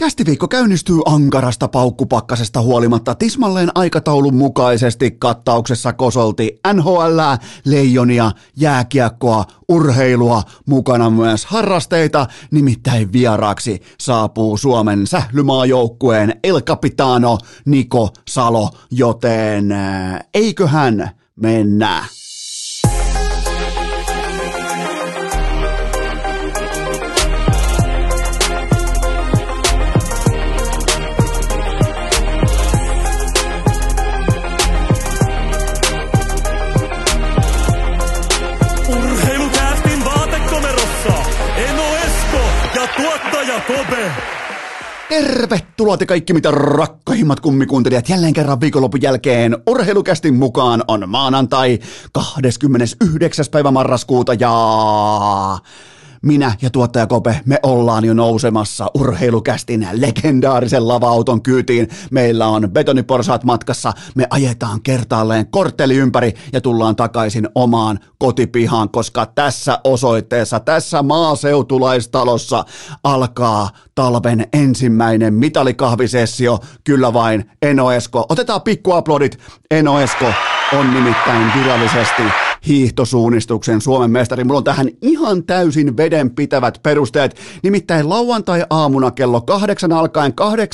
Kästiviikko käynnistyy ankarasta paukkupakkasesta huolimatta tismalleen aikataulun mukaisesti. Kattauksessa kosolti NHL, leijonia, jääkiekkoa, urheilua, mukana myös harrasteita, nimittäin vieraaksi saapuu Suomen sählymaajoukkueen El Capitano Niko Salo, joten eiköhän mennä. Tervetuloa te kaikki mitä rakkahimmat kummikuuntelijat jälleen kerran viikonlopun jälkeen Urheilukästin mukaan. On maanantai 29. päivä marraskuuta ja minä ja tuottaja Kope, me ollaan jo nousemassa Urheilukästin legendaarisen lava-auton kyytiin. Meillä on betoniporsaat matkassa, me ajetaan kertaalleen kortteli ympäri ja tullaan takaisin omaan kotipihaan, koska tässä osoitteessa, tässä maaseutulaistalossa alkaa talven ensimmäinen mitalikahvisessio. Kyllä vain, Eno Esko. Otetaan pikkuaplodit, Eno Esko on nimittäin virallisesti hiihtosuunnistuksen Suomen mestari. Mulla on tähän ihan täysin vedenpitävät perusteet. Nimittäin lauantai-aamuna kello 8 alkaen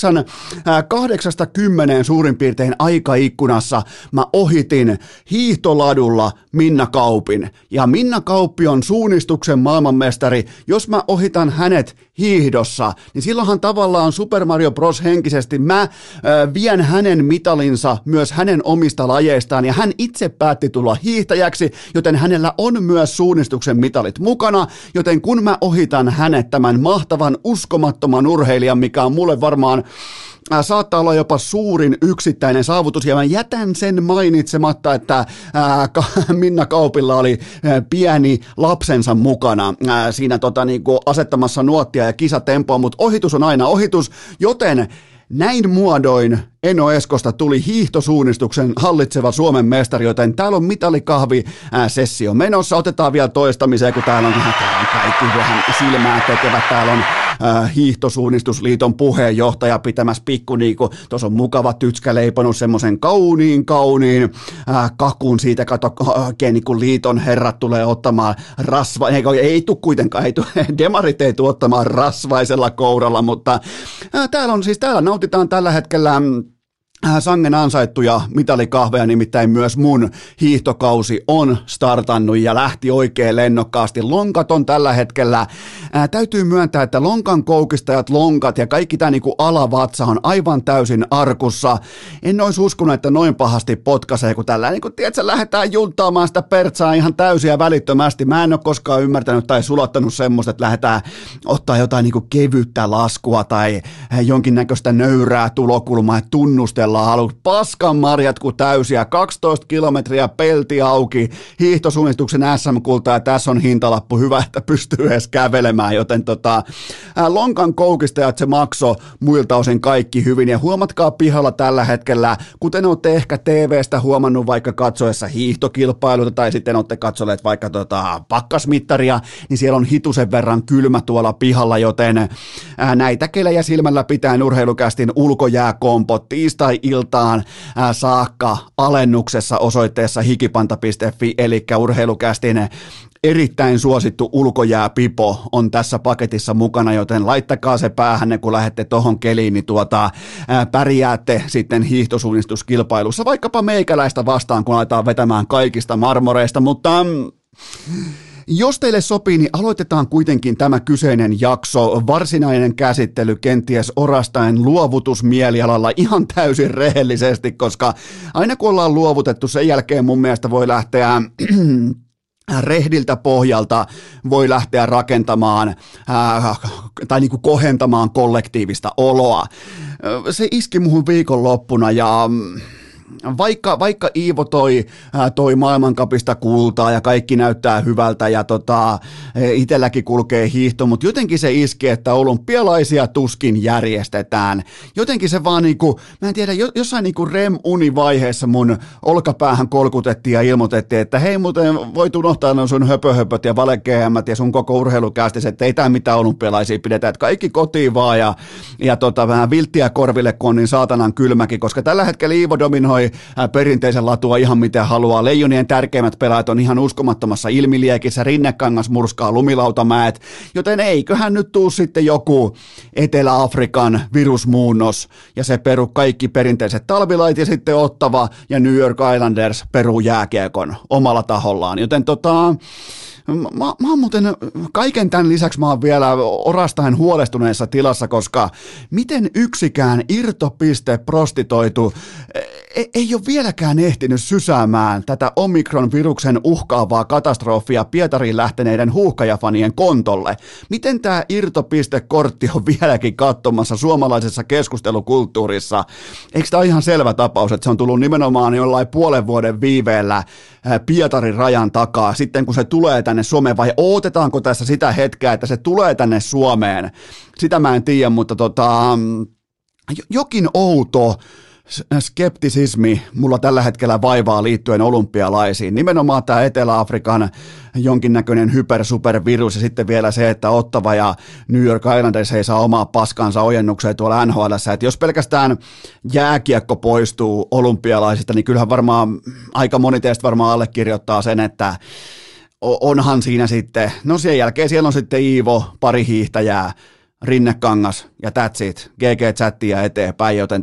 8:10 suurin piirtein aikaikkunassa mä ohitin hiihtoladulla Minna Kaupin. Ja Minna Kauppi on suunnistuksen maailmanmestari. Jos mä ohitan hänet hiihdossa, niin silloinhan tavallaan Super Mario Bros. Henkisesti mä vien hänen mitalinsa myös hänen omista lajeistaan, ja hän itse päätti tulla hiihtäjäksi, joten hänellä on myös suunnistuksen mitalit mukana, joten kun mä ohitan hänet, tämän mahtavan, uskomattoman urheilijan, mikä on mulle varmaan saattaa olla jopa suurin yksittäinen saavutus, ja mä jätän sen mainitsematta, että Minna Kaupilla oli pieni lapsensa mukana siinä niinku asettamassa nuottia ja kisatempoa, mutta ohitus on aina ohitus, joten näin muodoin Eno Eskosta tuli hiihtosuunnistuksen hallitseva Suomen mestari, joten täällä on mitalikahvi-sessio menossa. Otetaan vielä toistamiseen, kun täällä on kaikki vähän silmää tekevät. Täällä on hiihtosuunnistusliiton puheenjohtaja pitämässä pikku tuossa on mukava tytskä leiponut semmoisen kauniin kakun siitä, kato oikein niin kuin liiton herrat tulee ottamaan ei tule kuitenkaan, demarit ei tule ottamaan rasvaisella kouralla, mutta täällä nautitaan tällä hetkellä sangen ansaittuja mitalikahveja, nimittäin myös mun hiihtokausi on startannut ja lähti oikein lennokkaasti. Lonkat on tällä hetkellä, täytyy myöntää, että lonkan koukistajat, lonkat ja kaikki tämä niinku alavatsa on aivan täysin arkussa. En olisi uskonut, että noin pahasti potkaisee, kun tällä niin kuin tiedätkö, lähdetään junttaamaan sitä pertsaa ihan täysin ja välittömästi. Mä en ole koskaan ymmärtänyt tai sulattanut semmoista, että lähdetään ottaa jotain niinku kevyttä laskua tai jonkinnäköistä nöyrää tulokulmaa ja tunnustellaan aluksi. Paskan marjat kun täysiä, 12 kilometriä pelti auki, hiihtosuunnistuksen SM-kultaa ja tässä on hintalappu, hyvä, että pystyy edes kävelemään, joten lonkan koukistajat se makso muilta osin kaikki hyvin ja huomatkaa pihalla tällä hetkellä, kuten olette ehkä TV:stä huomannut vaikka katsoessa hiihtokilpailuita tai sitten olette katsoneet vaikka pakkasmittaria, niin siellä on hitusen verran kylmä tuolla pihalla, joten näitä kelejä silmällä pitäen Urheilukästin ulkojääkompot tiistai-iltaan saakka alennuksessa osoitteessa hikipanta.fi, eli Urheilukästin erittäin suosittu ulkojääpipo on tässä paketissa mukana, joten laittakaa se päähänne, kun lähdette tohon keliin, niin pärjäätte sitten hiihtosuunnistuskilpailussa, vaikkapa meikäläistä vastaan, kun aletaan vetämään kaikista marmoreista, mutta jos teille sopii, niin aloitetaan kuitenkin tämä kyseinen jakso, varsinainen käsittely kenties orastaen luovutusmielialalla ihan täysin rehellisesti, koska aina kun ollaan luovutettu, sen jälkeen mun mielestä voi lähteä rehdiltä pohjalta voi lähteä rakentamaan tai niin kuin kohentamaan kollektiivista oloa. Se iski muhun viikonloppuna ja vaikka Iivo toi maailmankapista kultaa ja kaikki näyttää hyvältä ja itselläkin kulkee hiihto, mutta jotenkin se iski, että olympialaisia tuskin järjestetään. Jotenkin se vaan niinku, mä en tiedä, jossain niinku REM-univaiheessa mun olkapäähän kolkutettiin ja ilmoitettiin, että hei muuten voit unohtaa ne sun höpöhöpöt ja vale-GM:t ja sun koko urheilukästis, että ei tää mitään olympialaisia pidetä, että kaikki kotiin vaan ja vähän vilttiä korville, kun on niin saatanan kylmäkin, koska tällä hetkellä Iivo dominoi perinteisen latua ihan miten haluaa. Leijonien tärkeimmät pelaajat on ihan uskomattomassa ilmiliekissä, Rinnekangas murskaa lumilautamäet, joten eiköhän nyt tuu sitten joku Etelä-Afrikan virusmuunnos ja se peru kaikki perinteiset talvilait ja sitten Ottava ja New York Islanders peruu jääkiekon omalla tahollaan, joten Mä oon muuten kaiken tämän lisäksi mä oon vielä orastaen huolestuneessa tilassa, koska miten yksikään irtopiste prostitoitu ei ole vieläkään ehtinyt sysäämään tätä Omikron-viruksen uhkaavaa katastrofia Pietariin lähteneiden huuhkajafanien kontolle. Miten tämä irtopistekortti on vieläkin katsomassa suomalaisessa keskustelukulttuurissa? Eikö tämä ole ihan selvä tapaus, että se on tullut nimenomaan jollain puolen vuoden viiveellä Pietarin rajan takaa, sitten kun se tulee tänne Suomeen, vai ootetaanko tässä sitä hetkeä, että se tulee tänne Suomeen? Sitä mä en tiedä, mutta jokin outo skeptisismi mulla tällä hetkellä vaivaa liittyen olympialaisiin. Nimenomaan tämä Etelä-Afrikan jonkinnäköinen hyper-supervirus ja sitten vielä se, että Ottava ja New York Islanders ei saa omaa paskansa ojennukseen tuolla NHL:ssä. Että jos pelkästään jääkiekko poistuu olympialaisista, niin kyllähän varmaan aika moni teistä varmaan allekirjoittaa sen, että onhan siinä sitten, no sen jälkeen siellä on sitten Iivo, pari hiihtäjää, Rinnekangas ja that's it, GG-chattia eteenpäin, joten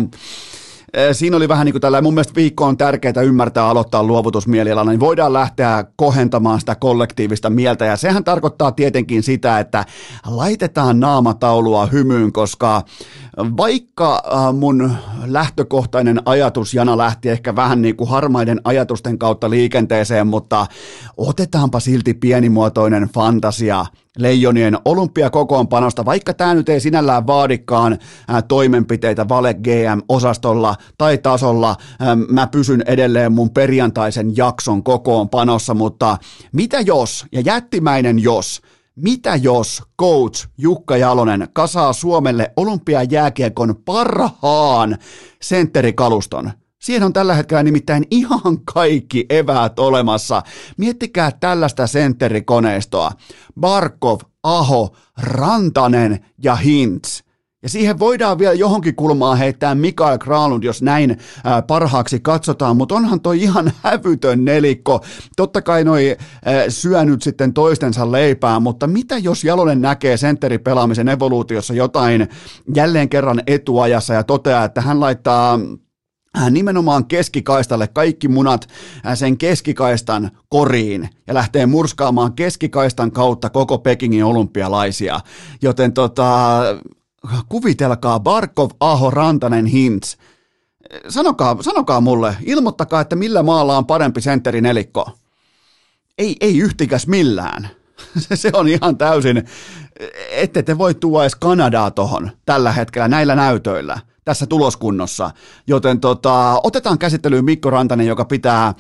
siinä oli vähän niin kuin tällainen, mun mielestä viikko on tärkeää ymmärtää aloittaa luovutusmielialalla, niin voidaan lähteä kohentamaan sitä kollektiivista mieltä, ja sehän tarkoittaa tietenkin sitä, että laitetaan naamataulua hymyyn, koska vaikka mun lähtökohtainen ajatusjana lähti ehkä vähän niin kuin harmaiden ajatusten kautta liikenteeseen, mutta otetaanpa silti pienimuotoinen fantasia Leijonien olympiakokoonpanosta, vaikka tämä nyt ei sinällään vaadikaan toimenpiteitä Vale GM-osastolla tai tasolla, mä pysyn edelleen mun perjantaisen jakson kokoonpanossa, mutta mitä jos, ja jättimäinen jos, mitä jos coach Jukka Jalonen kasaa Suomelle olympiajääkiekon parhaan sentterikaluston? Siihen on tällä hetkellä nimittäin ihan kaikki eväät olemassa. Miettikää tällaista sentterikoneistoa. Barkov, Aho, Rantanen ja Hintz. Ja siihen voidaan vielä johonkin kulmaan heittää Mikael Granlund, jos näin parhaaksi katsotaan, mutta onhan toi ihan hävytön nelikko. Totta kai noi syö nyt sitten toistensa leipää, mutta mitä jos Jalonen näkee sentteripelaamisen evoluutiossa jotain jälleen kerran etuajassa ja toteaa, että hän laittaa nimenomaan keskikaistalle kaikki munat sen keskikaistan koriin ja lähtee murskaamaan keskikaistan kautta koko Pekingin olympialaisia, joten kuvitelkaa Barkov, Aho, Rantanen, Hintz. Sanokaa mulle, ilmoittakaa, että millä maalla on parempi sentterinelikko. Ei yhtikäs millään. Se on ihan täysin, ette te voi tuoda edes Kanadaa tohon tällä hetkellä näillä näytöillä. Tässä tuloskunnossa, joten otetaan käsittelyyn Mikko Rantanen, joka pitää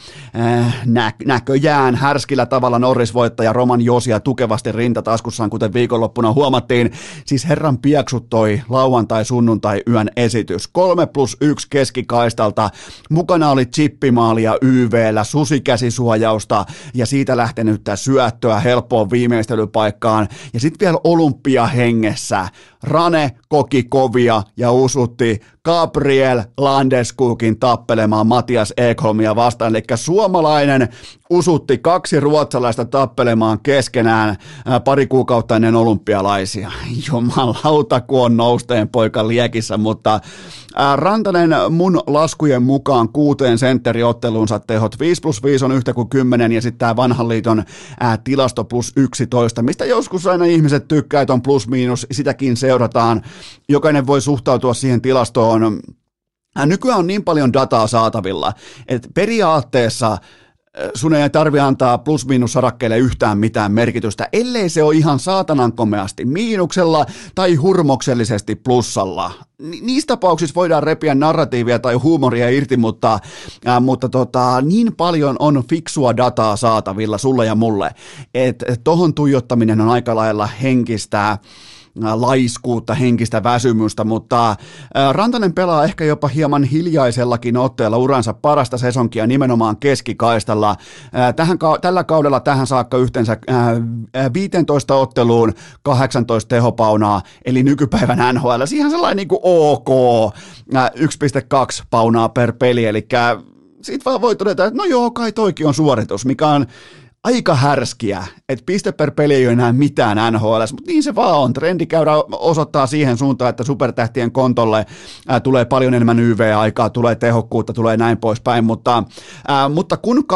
näköjään härskillä tavalla Norris-voittaja Roman Josia tukevasti rintataskussaan, kuten viikonloppuna huomattiin. Siis herran pieksut toi lauantai-sunnuntai-yön esitys. 3+1 keskikaistalta, mukana oli chippimaalia YV:llä, susikäsisuojausta ja siitä lähtenyttä syöttöä helppoon viimeistelypaikkaan. Ja sitten vielä olympiahengessä. Rane koki kovia ja usutti Gabriel Landeskukin tappelemaan Matias Ekholmia vastaan, eli suomalainen usutti 2 ruotsalaista tappelemaan keskenään pari kuukautta ennen olympialaisia. Jumalauta, kun on nousteen poika liekissä, mutta Rantanen mun laskujen mukaan 6 sentteriotteluunsa tehot 5+5 on yhtä kuin 10, ja sitten tämä vanhan liiton tilasto +11, mistä joskus aina ihmiset tykkää, että on plus miinus, sitäkin seurataan. Jokainen voi suhtautua siihen tilastoon. Nykyään on niin paljon dataa saatavilla, että periaatteessa sun ei tarvi antaa plus-miinus-sarakkeelle yhtään mitään merkitystä, ellei se ole ihan saatanan komeasti miinuksella tai hurmoksellisesti plussalla. Niissä tapauksissa voidaan repiä narratiivia tai huumoria irti, mutta niin paljon on fiksua dataa saatavilla sulle ja mulle, että tohon tuijottaminen on aika lailla henkistä laiskuutta, henkistä väsymystä, mutta Rantanen pelaa ehkä jopa hieman hiljaisellakin otteella uransa parasta sesonkia nimenomaan keskikaistalla. Tällä kaudella tähän saakka yhteensä 15 otteluun 18 tehopaunaa, eli nykypäivän NHL. Ihan sellainen niin kuin OK 1,2 paunaa per peli, eli siitä vaan voi todeta, että no joo, kai toikin on suoritus, mikä on aika härskiä, että piste per peli ei ole enää mitään NHL, mutta niin se vaan on. Trendikäyrä osoittaa siihen suuntaan, että supertähtien kontolle tulee paljon enemmän YV-aikaa, tulee tehokkuutta, tulee näin poispäin, mutta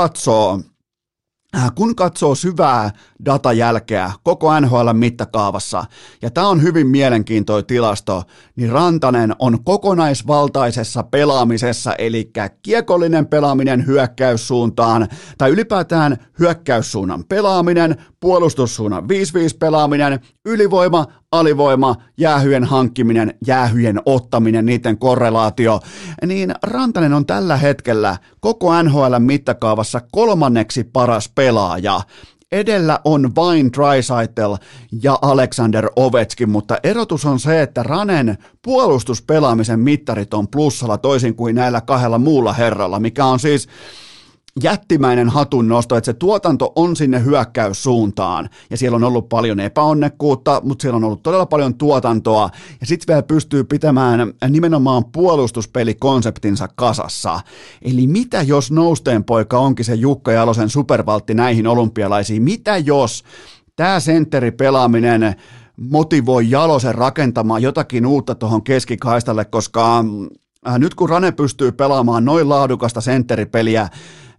kun katsoo syvää datajälkeä koko NHL:n mittakaavassa, ja tämä on hyvin mielenkiintoinen tilasto, niin Rantanen on kokonaisvaltaisessa pelaamisessa, eli kiekollinen pelaaminen hyökkäyssuuntaan, tai ylipäätään hyökkäyssuunnan pelaaminen, puolustussuunnan 5-5 pelaaminen, ylivoima, alivoima, jäähyjen hankkiminen, jäähyjen ottaminen, niiden korrelaatio, niin Rantanen on tällä hetkellä koko NHL:n mittakaavassa kolmanneksi paras pelaaja. Edellä on vain Draisaitl ja Alexander Ovechkin, mutta erotus on se, että Ranen puolustuspelaamisen mittarit on plussalla toisin kuin näillä kahdella muulla herralla, mikä on siis jättimäinen hatunnosto, että se tuotanto on sinne hyökkäyssuuntaan, ja siellä on ollut paljon epäonnekkuutta, mutta siellä on ollut todella paljon tuotantoa, ja sitten vielä pystyy pitämään nimenomaan puolustuspelikonseptinsa kasassa. Eli mitä jos nousteen poika onkin se Jukka Jalosen supervaltti näihin olympialaisiin? Mitä jos tämä sentteripelaaminen motivoi Jalosen rakentamaan jotakin uutta tuohon keskikaistalle, koska nyt kun Rane pystyy pelaamaan noin laadukasta sentteripeliä,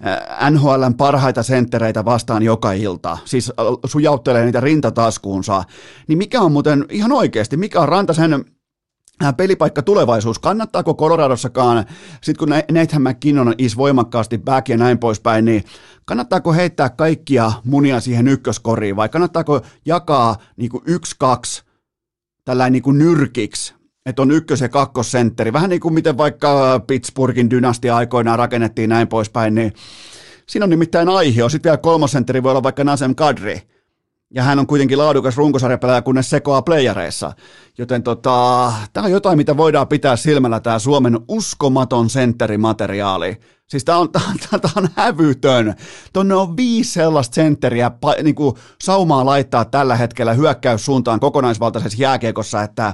NHL:n parhaita senttereitä vastaan joka ilta, siis sujauttelee niitä rintataskuunsa, niin mikä on muuten ihan oikeasti, mikä on Rantasen pelipaikka tulevaisuus, kannattaako Coloradossakaan, sitten kun Nathan McKinnon is voimakkaasti back ja näin poispäin, niin kannattaako heittää kaikkia munia siihen ykköskoriin, vai kannattaako jakaa niin kuin 1-2 tällainen niin kuin nyrkiksi, että on ykkös- ja kakkosentteri, vähän niin kuin miten vaikka Pittsburghin dynastia aikoinaan rakennettiin näin poispäin, niin siinä on nimittäin aihio. Sitten vielä kolmosentteri voi olla vaikka Nazem Kadri, ja hän on kuitenkin laadukas runkosarjapelaaja, kunnes sekoaa playereissa. Joten tämä on jotain, mitä voidaan pitää silmällä, tämä Suomen uskomaton sentterimateriaali. Siis tämä on hävytön. Tuonne on 5 sellaista sentteriä niin kuin saumaa laittaa tällä hetkellä hyökkäyssuuntaan kokonaisvaltaisessa jääkiekossa, että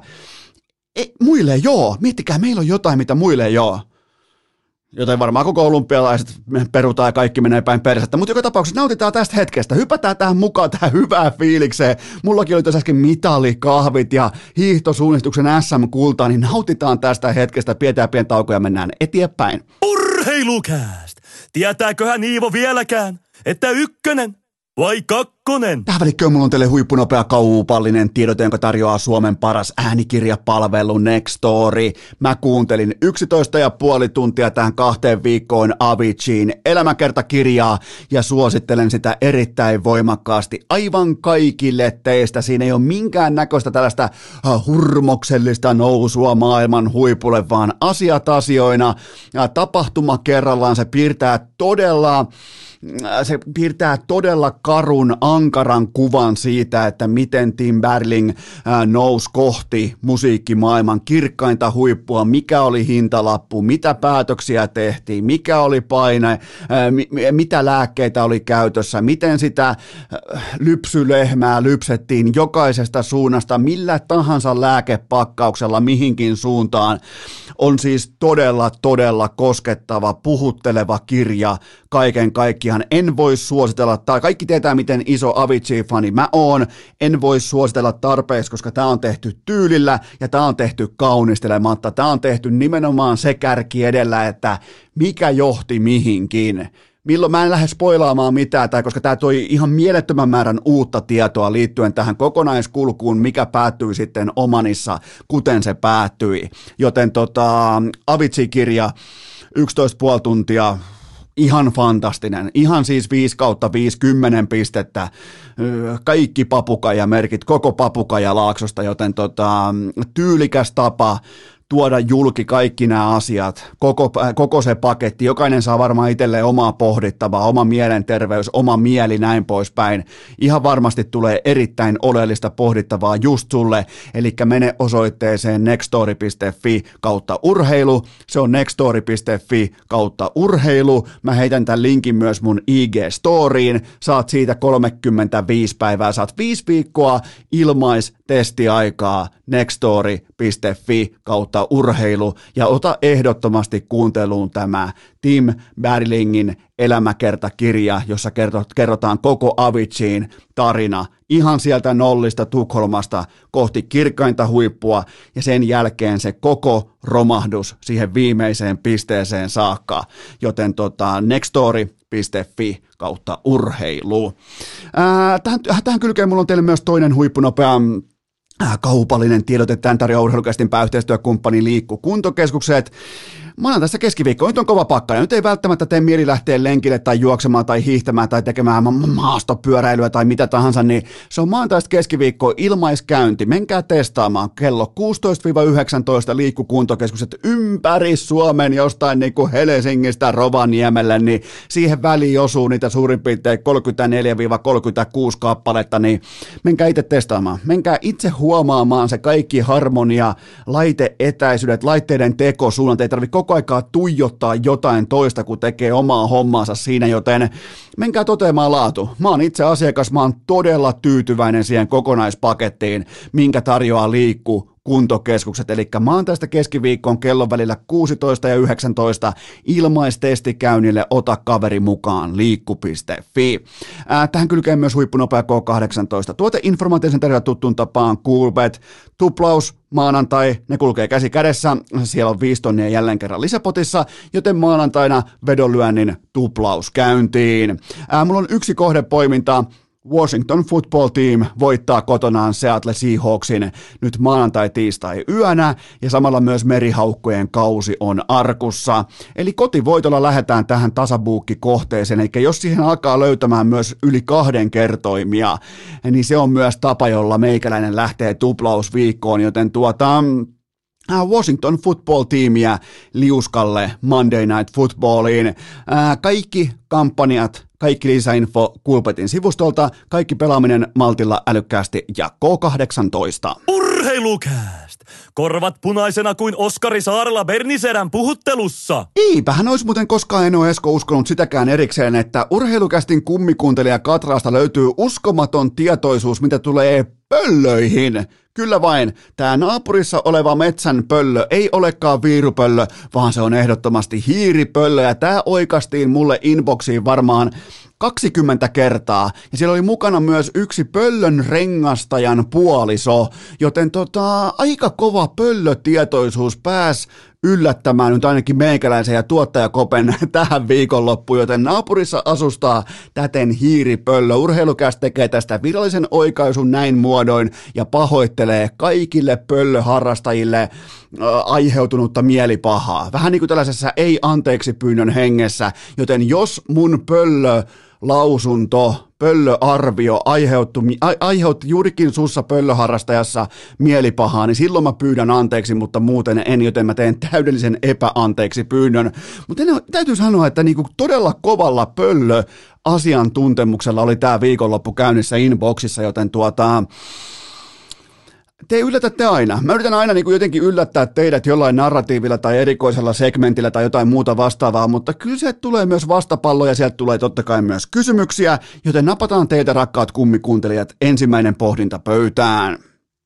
muille joo, miettikää, meillä on jotain, mitä muille joo. Joten varmaan koko olympialaiset perutaan ja kaikki menee päin persettä. Mutta joka tapauksessa nautitaan tästä hetkestä. Hypätään tähän mukaan, tähän hyvään fiilikseen. Mullakin oli tuossa äsken mitalikahvit ja hiihtosuunnistuksen SM-kultaa, niin nautitaan tästä hetkestä. Pidetään pieni tauko ja mennään eteenpäin. Urheilukääst! Tietääköhän Iivo vieläkään, että ykkönen vai kakkonen? Tähän välikköön mulla on teille huippunopea kaupallinen tiedote, jonka tarjoaa Suomen paras äänikirjapalvelu Nextory. Mä kuuntelin 11,5 tuntia tähän 2 viikkoon Aviciin elämäkertakirjaa ja suosittelen sitä erittäin voimakkaasti aivan kaikille teistä. Siinä ei ole minkään näköistä tällaista hurmoksellista nousua maailman huipulle, vaan asiat asioina. Tapahtuma kerrallaan se piirtää todella karun, ankaran kuvan siitä, että miten Tim Berling nousi kohti musiikkimaailman kirkkainta huippua, mikä oli hintalappu, mitä päätöksiä tehtiin, mikä oli paine, mitä lääkkeitä oli käytössä, miten sitä lypsylehmää lypsettiin jokaisesta suunnasta, millä tahansa lääkepakkauksella mihinkin suuntaan. On siis todella koskettava, puhutteleva kirja kaiken kaikkiaan. En voi suositella, tai kaikki tietää miten iso Avicii-fani mä oon, en voi suositella tarpeeksi, koska tää on tehty tyylillä ja tää on tehty kaunistelematta. Tää on tehty nimenomaan se kärki edellä, että mikä johti mihinkin. Milloin mä en lähde spoilaamaan mitään, koska tämä toi ihan mielettömän määrän uutta tietoa liittyen tähän kokonaiskulkuun, mikä päättyi sitten Omanissa, kuten se päättyi. Joten Avicii-kirja 11,5 tuntia, Ihan fantastinen, ihan siis 5/5, 10 pistettä, kaikki papukaijamerkit, koko papukaialaaksosta, joten tyylikäs tapa tuoda julki kaikki nämä asiat, koko se paketti, jokainen saa varmaan itselleen omaa pohdittavaa, oma mielenterveys, oma mieli, näin poispäin. Ihan varmasti tulee erittäin oleellista pohdittavaa just sulle, eli mene osoitteeseen nextory.fi/urheilu, se on nextory.fi/urheilu, mä heitän tämän linkin myös mun IG-storiin, saat siitä 35 päivää, saat 5 viikkoa ilmaistestiaikaa nextory.fi/urheilu ja ota ehdottomasti kuunteluun tämä Tim Berlingin elämäkertakirja, jossa kerrotaan koko Aviciin tarina ihan sieltä nollista Tukholmasta kohti kirkkainta huippua ja sen jälkeen se koko romahdus siihen viimeiseen pisteeseen saakka, joten nextory.fi/urheilu. Tähän kylkeen mulla on teille myös toinen huippunopea kaupallinen tiedote, tämän tarjoaa Urheilukästin yhteistyökumppani Liikku Kuntokeskukset. Maanantaista keskiviikkoa, nyt on kova pakka, ja nyt ei välttämättä tee mieli lähteä lenkille tai juoksemaan tai hiihtämään tai tekemään maastopyöräilyä tai mitä tahansa, niin se on maanantaista keskiviikkoa ilmaiskäynti. Menkää testaamaan kello 16-19 Liikku Kuntokeskukset ympäri Suomen jostain niin kuin Helsingistä Rovaniemelle, niin siihen väliin osuu niitä suurin piirtein 34-36 kappaletta, niin menkää itse testaamaan. Menkää itse huomaamaan se kaikki harmonia, laiteetäisyydet, laitteiden tekosuunnat, ei tarvitse koko aikaa tuijottaa jotain toista, kun tekee omaa hommaansa siinä, joten menkää toteamaan laatu. Mä oon itse asiakas, mä oon todella tyytyväinen siihen kokonaispakettiin, minkä tarjoaa Liikku Kuntokeskukset, eli maanantaista keskiviikkoon kellon välillä 16 ja 19 ilmaistestikäynnille ota kaveri mukaan liikku.fi. Tähän kylkeen myös huippunopea K18. Tuoteinformaatioiden tarjolla tuttuun tapaan Coolbet. Tuplaus maanantai, ne kulkee käsi kädessä, siellä on 5 tonnia jälleen kerran lisäpotissa, joten maanantaina vedonlyönnin tuplaus käyntiin. Mulla on yksi kohdepoiminta. Washington Football Team voittaa kotonaan Seattle Seahawksin nyt maanantai-tiistai yönä ja samalla myös merihaukkojen kausi on arkussa. Eli kotivoitolla lähdetään tähän tasabuukkikohteeseen, eli jos siihen alkaa löytämään myös yli 2 kertoimia, niin se on myös tapa, jolla meikäläinen lähtee tuplausviikkoon, joten Washington Football Teamia liuskalle Monday Night Footballiin. Kaikki kampanjat, kaikki lisäinfo Coolbetin sivustolta, kaikki pelaaminen maltilla, älykkäästi ja K18. Urheilukääst! Korvat punaisena kuin Oskari Saarella Berniserän puhuttelussa. Eipähän olisi muuten koskaan en ole Esko uskonut sitäkään erikseen, että Urheilukästin kummikuuntelija Katraasta löytyy uskomaton tietoisuus, mitä tulee pöllöihin. Kyllä vain, tämä naapurissa oleva metsän pöllö ei olekaan viirupöllö, vaan se on ehdottomasti hiiripöllö, ja tämä oikastiin mulle inboxiin varmaan 20 kertaa, ja siellä oli mukana myös yksi pöllön rengastajan puoliso, joten aika kova pöllötietoisuus pääsi yllättämään nyt ainakin meikäläisen ja tuottajakopen tähän viikonloppuun, joten naapurissa asustaa täten hiiripöllö. Urheilukäst tekee tästä virallisen oikaisun näin muodoin ja pahoittelee kaikille pöllöharrastajille aiheutunutta mielipahaa. Vähän niin kuin tällaisessa ei-anteeksi pyynnön hengessä, joten jos mun pöllöarvio aiheutti juurikin sussa pöllöharrastajassa mielipahaa, niin silloin mä pyydän anteeksi, mutta muuten en, joten mä teen täydellisen epäanteeksi pyynnön. Mutta täytyy sanoa, että niinku todella kovalla pöllöasiantuntemuksella oli tää viikonloppu käynnissä inboxissa, joten te yllätätte aina. Mä yritän aina niin kuin jotenkin yllättää teidät jollain narratiivilla tai erikoisella segmentillä tai jotain muuta vastaavaa, mutta kyllä sieltä tulee myös vastapalloja ja sieltä tulee totta kai myös kysymyksiä, joten napataan teitä rakkaat kummikuuntelijat ensimmäinen pohdinta pöytään.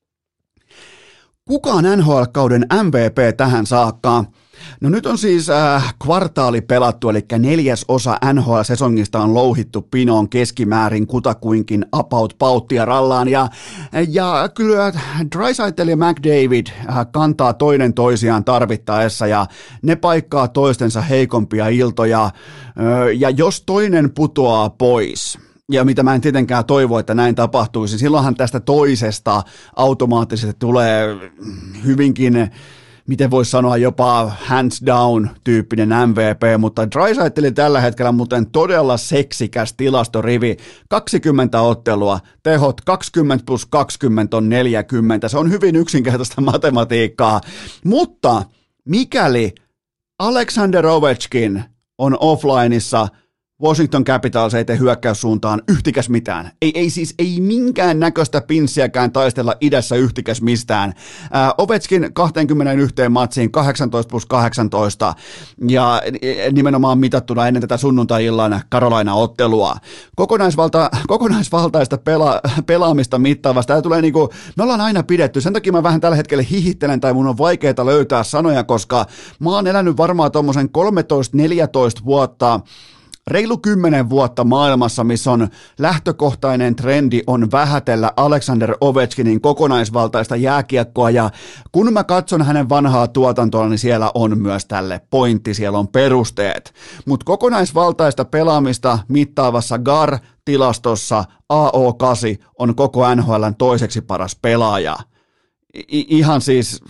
Kuka on NHL-kauden MVP tähän saakka? No nyt on siis kvartaali pelattu, eli 4/4 NHL-sesongista on louhittu pinoon keskimäärin kutakuinkin about pauttia rallaan, ja kyllä Draisaitl ja McDavid kantaa toinen toisiaan tarvittaessa, ja ne paikkaa toistensa heikompia iltoja, ja jos toinen putoaa pois, ja mitä mä en tietenkään toivo, että näin tapahtuisi, silloinhan tästä toisesta automaattisesti tulee hyvinkin miten voisi sanoa, jopa hands down -tyyppinen MVP, mutta Draisaitl tällä hetkellä muuten todella seksikäs tilastorivi, 20 ottelua, tehot 20 plus 20 on 40, se on hyvin yksinkertaista matematiikkaa, mutta mikäli Alexander Ovechkin on offlineissa, Washington Capitals ei tee hyökkäyssuuntaan yhtikäs mitään. Ei minkään näköistä pinssiäkään taistella idässä yhtikäs mistään. Ovechkin 21 matsiin 18 plus 18 ja nimenomaan mitattuna ennen tätä sunnuntai-illan Carolina-ottelua. Kokonaisvaltaista pelaamista mittaavasta. Tämä tulee niinku, me ollaan aina pidetty, sen takia mä vähän tällä hetkellä hihittelen tai mun on vaikeaa löytää sanoja, koska mä oon elänyt varmaan tommosen 13-14 vuotta, reilu 10 vuotta maailmassa, missä on lähtökohtainen trendi on vähätellä Alexander Ovechkinin kokonaisvaltaista jääkiekkoa, ja kun mä katson hänen vanhaa tuotantoa, niin siellä on myös tälle pointti, siellä on perusteet. Mutta kokonaisvaltaista pelaamista mittaavassa GAR-tilastossa AO8 on koko NHL:n toiseksi paras pelaaja. Ihan siis,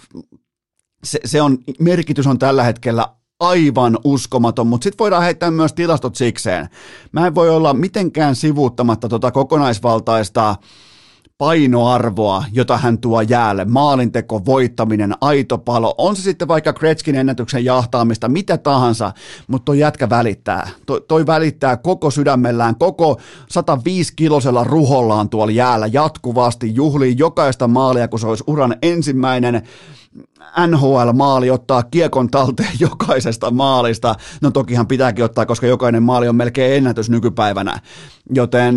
se on, merkitys on tällä hetkellä aivan uskomaton, mutta sitten voidaan heittää myös tilastot sikseen. Mä en voi olla mitenkään sivuuttamatta tota kokonaisvaltaista painoarvoa, jota hän tuo jäälle. Maalinteko, voittaminen, aito palo, on se sitten vaikka Gretzkin ennätyksen jahtaamista, mitä tahansa, mutta toi jätkä välittää. Toi välittää koko sydämellään, koko 105-kilosella ruhollaan tuolla jäällä jatkuvasti, juhlii jokaista maalia, kun se olisi uran ensimmäinen NHL-maali, ottaa kiekon talteen jokaisesta maalista. No tokihan pitääkin ottaa, koska jokainen maali on melkein ennätys nykypäivänä. Joten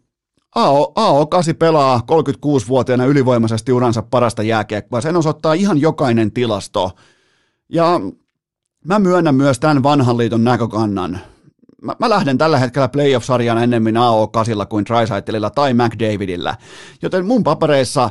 AO8 pelaa 36-vuotiaana ylivoimaisesti uransa parasta jääkiekkoa. Sen osoittaa ihan jokainen tilasto. Ja mä myönnän myös tämän vanhan liiton näkökannan. Mä lähden tällä hetkellä playoff-sarjan ennemmin AO8 kuin Draisaitlilla tai McDavidillä. Joten mun papereissa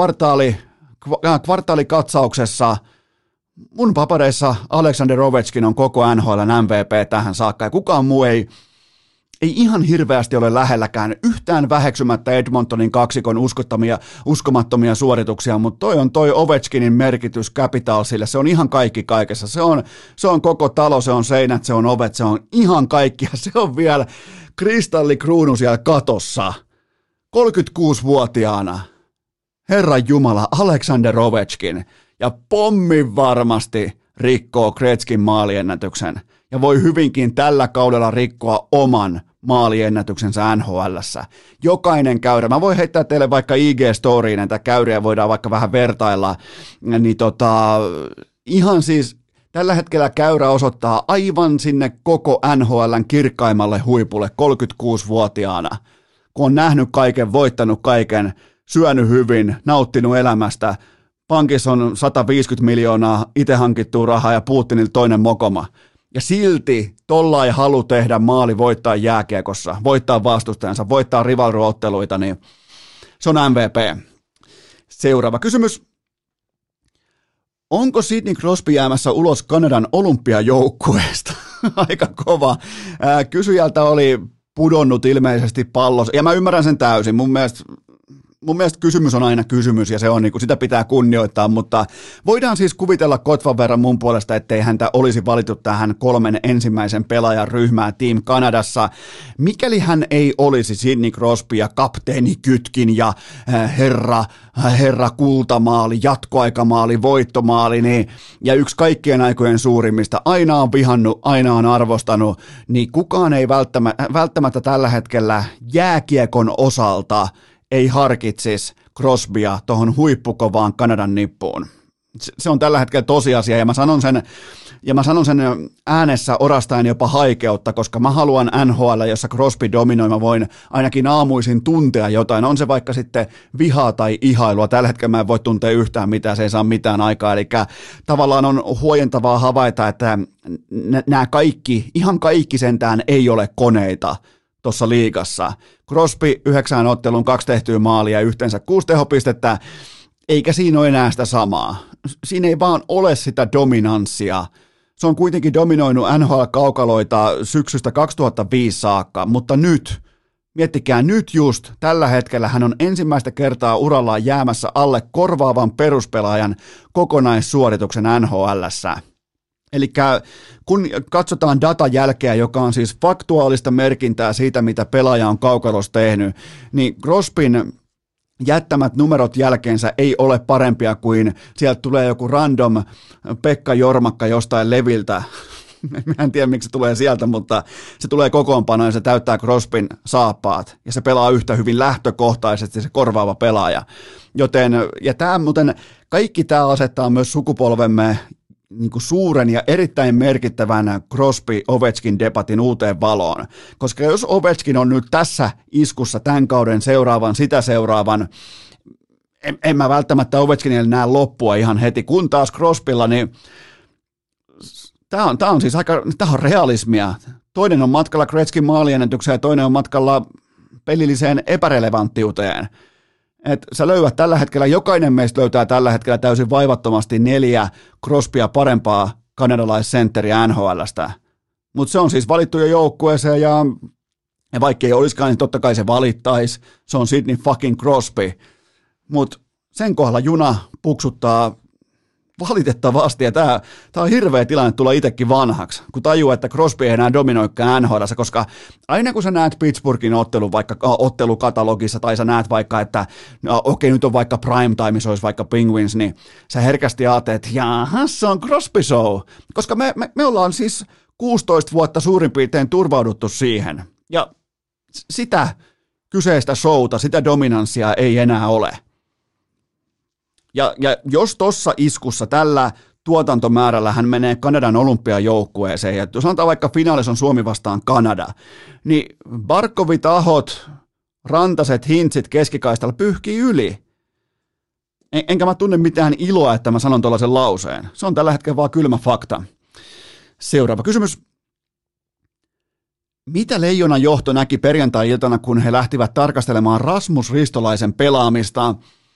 kvartaalikatsauksessa mun papereissa Alexander Ovechkin on koko NHL:n MVP tähän saakka, ja kukaan muu ei ihan hirveästi ole lähelläkään yhtään väheksymättä Edmontonin kaksikon uskomattomia suorituksia, mutta toi Ovechkinin merkitys Capitalsille, se on ihan kaikki kaikessa. Se on koko talo, se on seinät, se on ovet, se on ihan kaikki, ja se on vielä kristallikruunu siellä katossa. 36-vuotiaana. Herran Jumala, Alexander Ovechkin, ja pommin varmasti rikkoo Gretzkin maaliennätyksen, ja voi hyvinkin tällä kaudella rikkoa oman maaliennätyksensä NHL:ssä. Jokainen käyrä, mä voin heittää teille vaikka IG-storiin, näitä käyriä voidaan vaikka vähän vertailla, niin ihan siis tällä hetkellä käyrä osoittaa aivan sinne koko NHL:n kirkkaimmalle huipulle 36-vuotiaana, kun on nähnyt kaiken, voittanut kaiken, syönyt hyvin, nauttinut elämästä, pankissa on 150 miljoonaa itse hankittua rahaa ja Putinilta toinen mokoma. Ja silti tolla ei halua tehdä maali voittaa jääkiekossa, voittaa vastustajansa, voittaa rivalryotteluita, niin se on MVP. Seuraava kysymys. Onko Sidney Crosby jäämässä ulos Kanadan olympiajoukkueesta? Aika kova. Kysyjältä oli pudonnut ilmeisesti pallossa, ja mä ymmärrän sen täysin. Mun mielestä kysymys on aina kysymys, ja se on, niin kuin, sitä pitää kunnioittaa, mutta voidaan siis kuvitella Kotvan verran mun puolesta, ettei häntä olisi valittu tähän 3 ensimmäisen pelaajan ryhmään Team Kanadassa. Mikäli hän ei olisi Sidney Crosby ja kapteeni Kytkin ja herra kultamaali, jatkoaikamaali, voittomaali, niin, ja yksi kaikkien aikojen suurimmista, aina on vihannut, aina on arvostanut, niin kukaan ei välttämättä tällä hetkellä jääkiekon osalta ei harkitsisi Crosbya tuohon huippukovaan Kanadan nippuun. Se on tällä hetkellä tosiasia, ja mä sanon sen äänessä orastaen jopa haikeutta, koska mä haluan NHL, jossa Crosby dominoi, mä voin ainakin aamuisin tuntea jotain, on se vaikka sitten vihaa tai ihailua, tällä hetkellä mä en voi tuntea yhtään mitään, se ei saa mitään aikaa, eli tavallaan on huojentavaa havaita, että nämä kaikki, ihan kaikki sentään ei ole koneita tuossa liigassa. Crosby 9 ottelun 2 tehtyä maalia, yhteensä 6 tehopistettä, eikä siinä ole enää sitä samaa. Siinä ei vaan ole sitä dominanssia. Se on kuitenkin dominoinut NHL-kaukaloita syksystä 2005 saakka, mutta nyt Miettikää nyt just, tällä hetkellä hän on ensimmäistä kertaa urallaan jäämässä alle korvaavan peruspelaajan kokonaissuorituksen NHL:ssä. Eli kun katsotaan datajälkeä, joka on siis faktuaalista merkintää siitä, mitä pelaaja on kaukalossa tehnyt, niin Crosbyn jättämät numerot jälkeensä ei ole parempia kuin sieltä tulee joku random Pekka Jormakka jostain leviltä. Mä en tiedä, miksi se tulee sieltä, mutta se tulee kokoonpanoon ja se täyttää Crosbyn saappaat ja se pelaa yhtä hyvin lähtökohtaisesti se korvaava pelaaja. Joten, ja tämä muuten, kaikki tämä asettaa myös sukupolvemme niin kuin suuren ja erittäin merkittävän Crosby-Ovechkin-debatin uuteen valoon. Koska jos Ovechkin on nyt tässä iskussa tämän kauden sitä seuraavan, en mä välttämättä Ovechkinille näe loppua ihan heti, kun taas Crosbylla, niin tämä on siis tämä on realismia. Toinen on matkalla Gretzkyn maaliennätykseen ja toinen on matkalla pelilliseen epärelevanttiuteen. Et sä löydät tällä hetkellä, jokainen meistä löytää tällä hetkellä täysin vaivattomasti 4 Crosbya parempaa kanadalaissentteriä NHL:stä. Mutta se on siis valittu jo joukkueeseen ja vaikka ei olisikaan, niin totta kai se valittaisi. Se on Sidney fucking Crosby. Mutta sen kohdalla juna puksuttaa valitettavasti, ja tämä on hirveä tilanne tulla itsekin vanhaksi, kun tajuu, että Crosby ei enää dominoikaan NHL:ssä, koska aina kun sä näet Pittsburghin ottelun vaikka ottelukatalogissa, tai sä näet vaikka, että okei, nyt on vaikka prime time, se olisi vaikka Penguins, niin sä herkästi ajattelet, että jaha, se on Crosby show, koska me ollaan siis 16 vuotta suurin piirtein turvauduttu siihen, ja sitä kyseistä showta, sitä dominanssia ei enää ole. Ja jos tuossa iskussa tällä tuotantomäärällä hän menee Kanadan olympiajoukkueeseen, ja jos sanotaan vaikka finaalissa on Suomi vastaan Kanada, niin Barkovit, Ahot, Rantaset, Hintsit keskikaistalla pyyhkii yli. Enkä mä tunne mitään iloa, että mä sanon tuollaisen lauseen. Se on tällä hetkellä vaan kylmä fakta. Seuraava kysymys. Mitä Leijonan johto näki perjantai-iltana, kun he lähtivät tarkastelemaan Rasmus Ristolaisen pelaamista?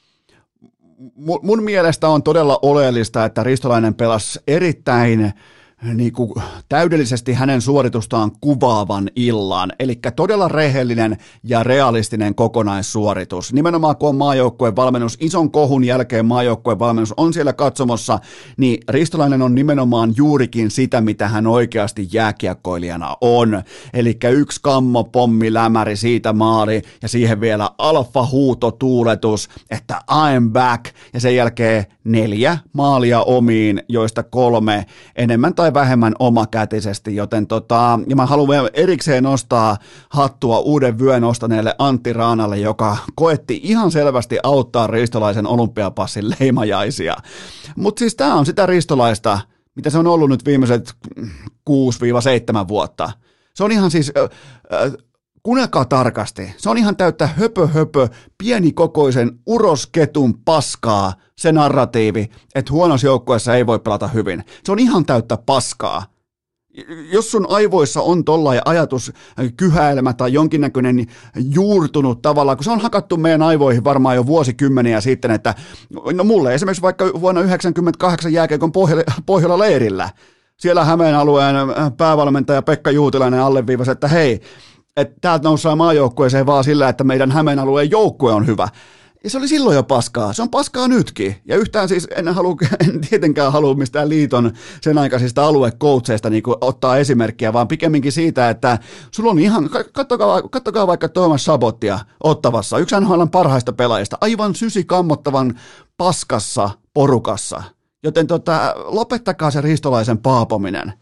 Mun mielestä on todella oleellista, että Ristolainen pelasi erittäin niin kuin täydellisesti hänen suoritustaan kuvaavan illan, eli todella rehellinen ja realistinen kokonaissuoritus. Nimenomaan kun on maajoukkueen valmennus, ison kohun jälkeen maajoukkueen valmennus on siellä katsomossa, niin Ristolainen on nimenomaan juurikin sitä, mitä hän oikeasti jääkiekkoilijana on. Eli 1 kammo, pommi, lämäri, siitä maali ja siihen vielä alfa-huutotuuletus, että I'm back, ja sen jälkeen 4 maalia omiin, joista 3 enemmän tai vähemmän omakätisesti, joten ja mä haluan vielä erikseen nostaa hattua uuden vyön ostaneelle Antti Raanalle, joka koetti ihan selvästi auttaa Ristolaisen olympiapassin leimajaisia. Mutta siis tää on sitä Ristolaista, mitä se on ollut nyt viimeiset 6-7 vuotta. Se on ihan siis, kuunnelkaa tarkasti, se on ihan täyttä höpö, pienikokoisen urosketun paskaa se narratiivi, että huonossa joukkueessa ei voi pelata hyvin. Se on ihan täyttä paskaa. Jos sun aivoissa on tollainen ajatus, kyhäilmä tai jonkinnäköinen juurtunut tavalla, kun se on hakattu meidän aivoihin varmaan jo vuosikymmeniä sitten, että no mulle esimerkiksi vaikka vuonna 1998 jääkiekon Pohjola-leirillä, siellä Hämeen alueen päävalmentaja Pekka Juutilainen alleviivasi, että hei, että täältä nousee maajoukkueeseen vaan sillä, että meidän Hämeen alueen joukkue on hyvä. Ja se oli silloin jo paskaa. Se on paskaa nytkin. Ja yhtään siis en tietenkään halua mistään liiton sen aikaisista aluekoutseista niin ottaa esimerkkiä, vaan pikemminkin siitä, että sulla on ihan, kattokaa vaikka Thomas Chabottia Ottavassa, yksi NHL:n parhaista pelaajista, aivan sysikammottavan paskassa porukassa. Joten lopettakaa se Ristolaisen paapominen.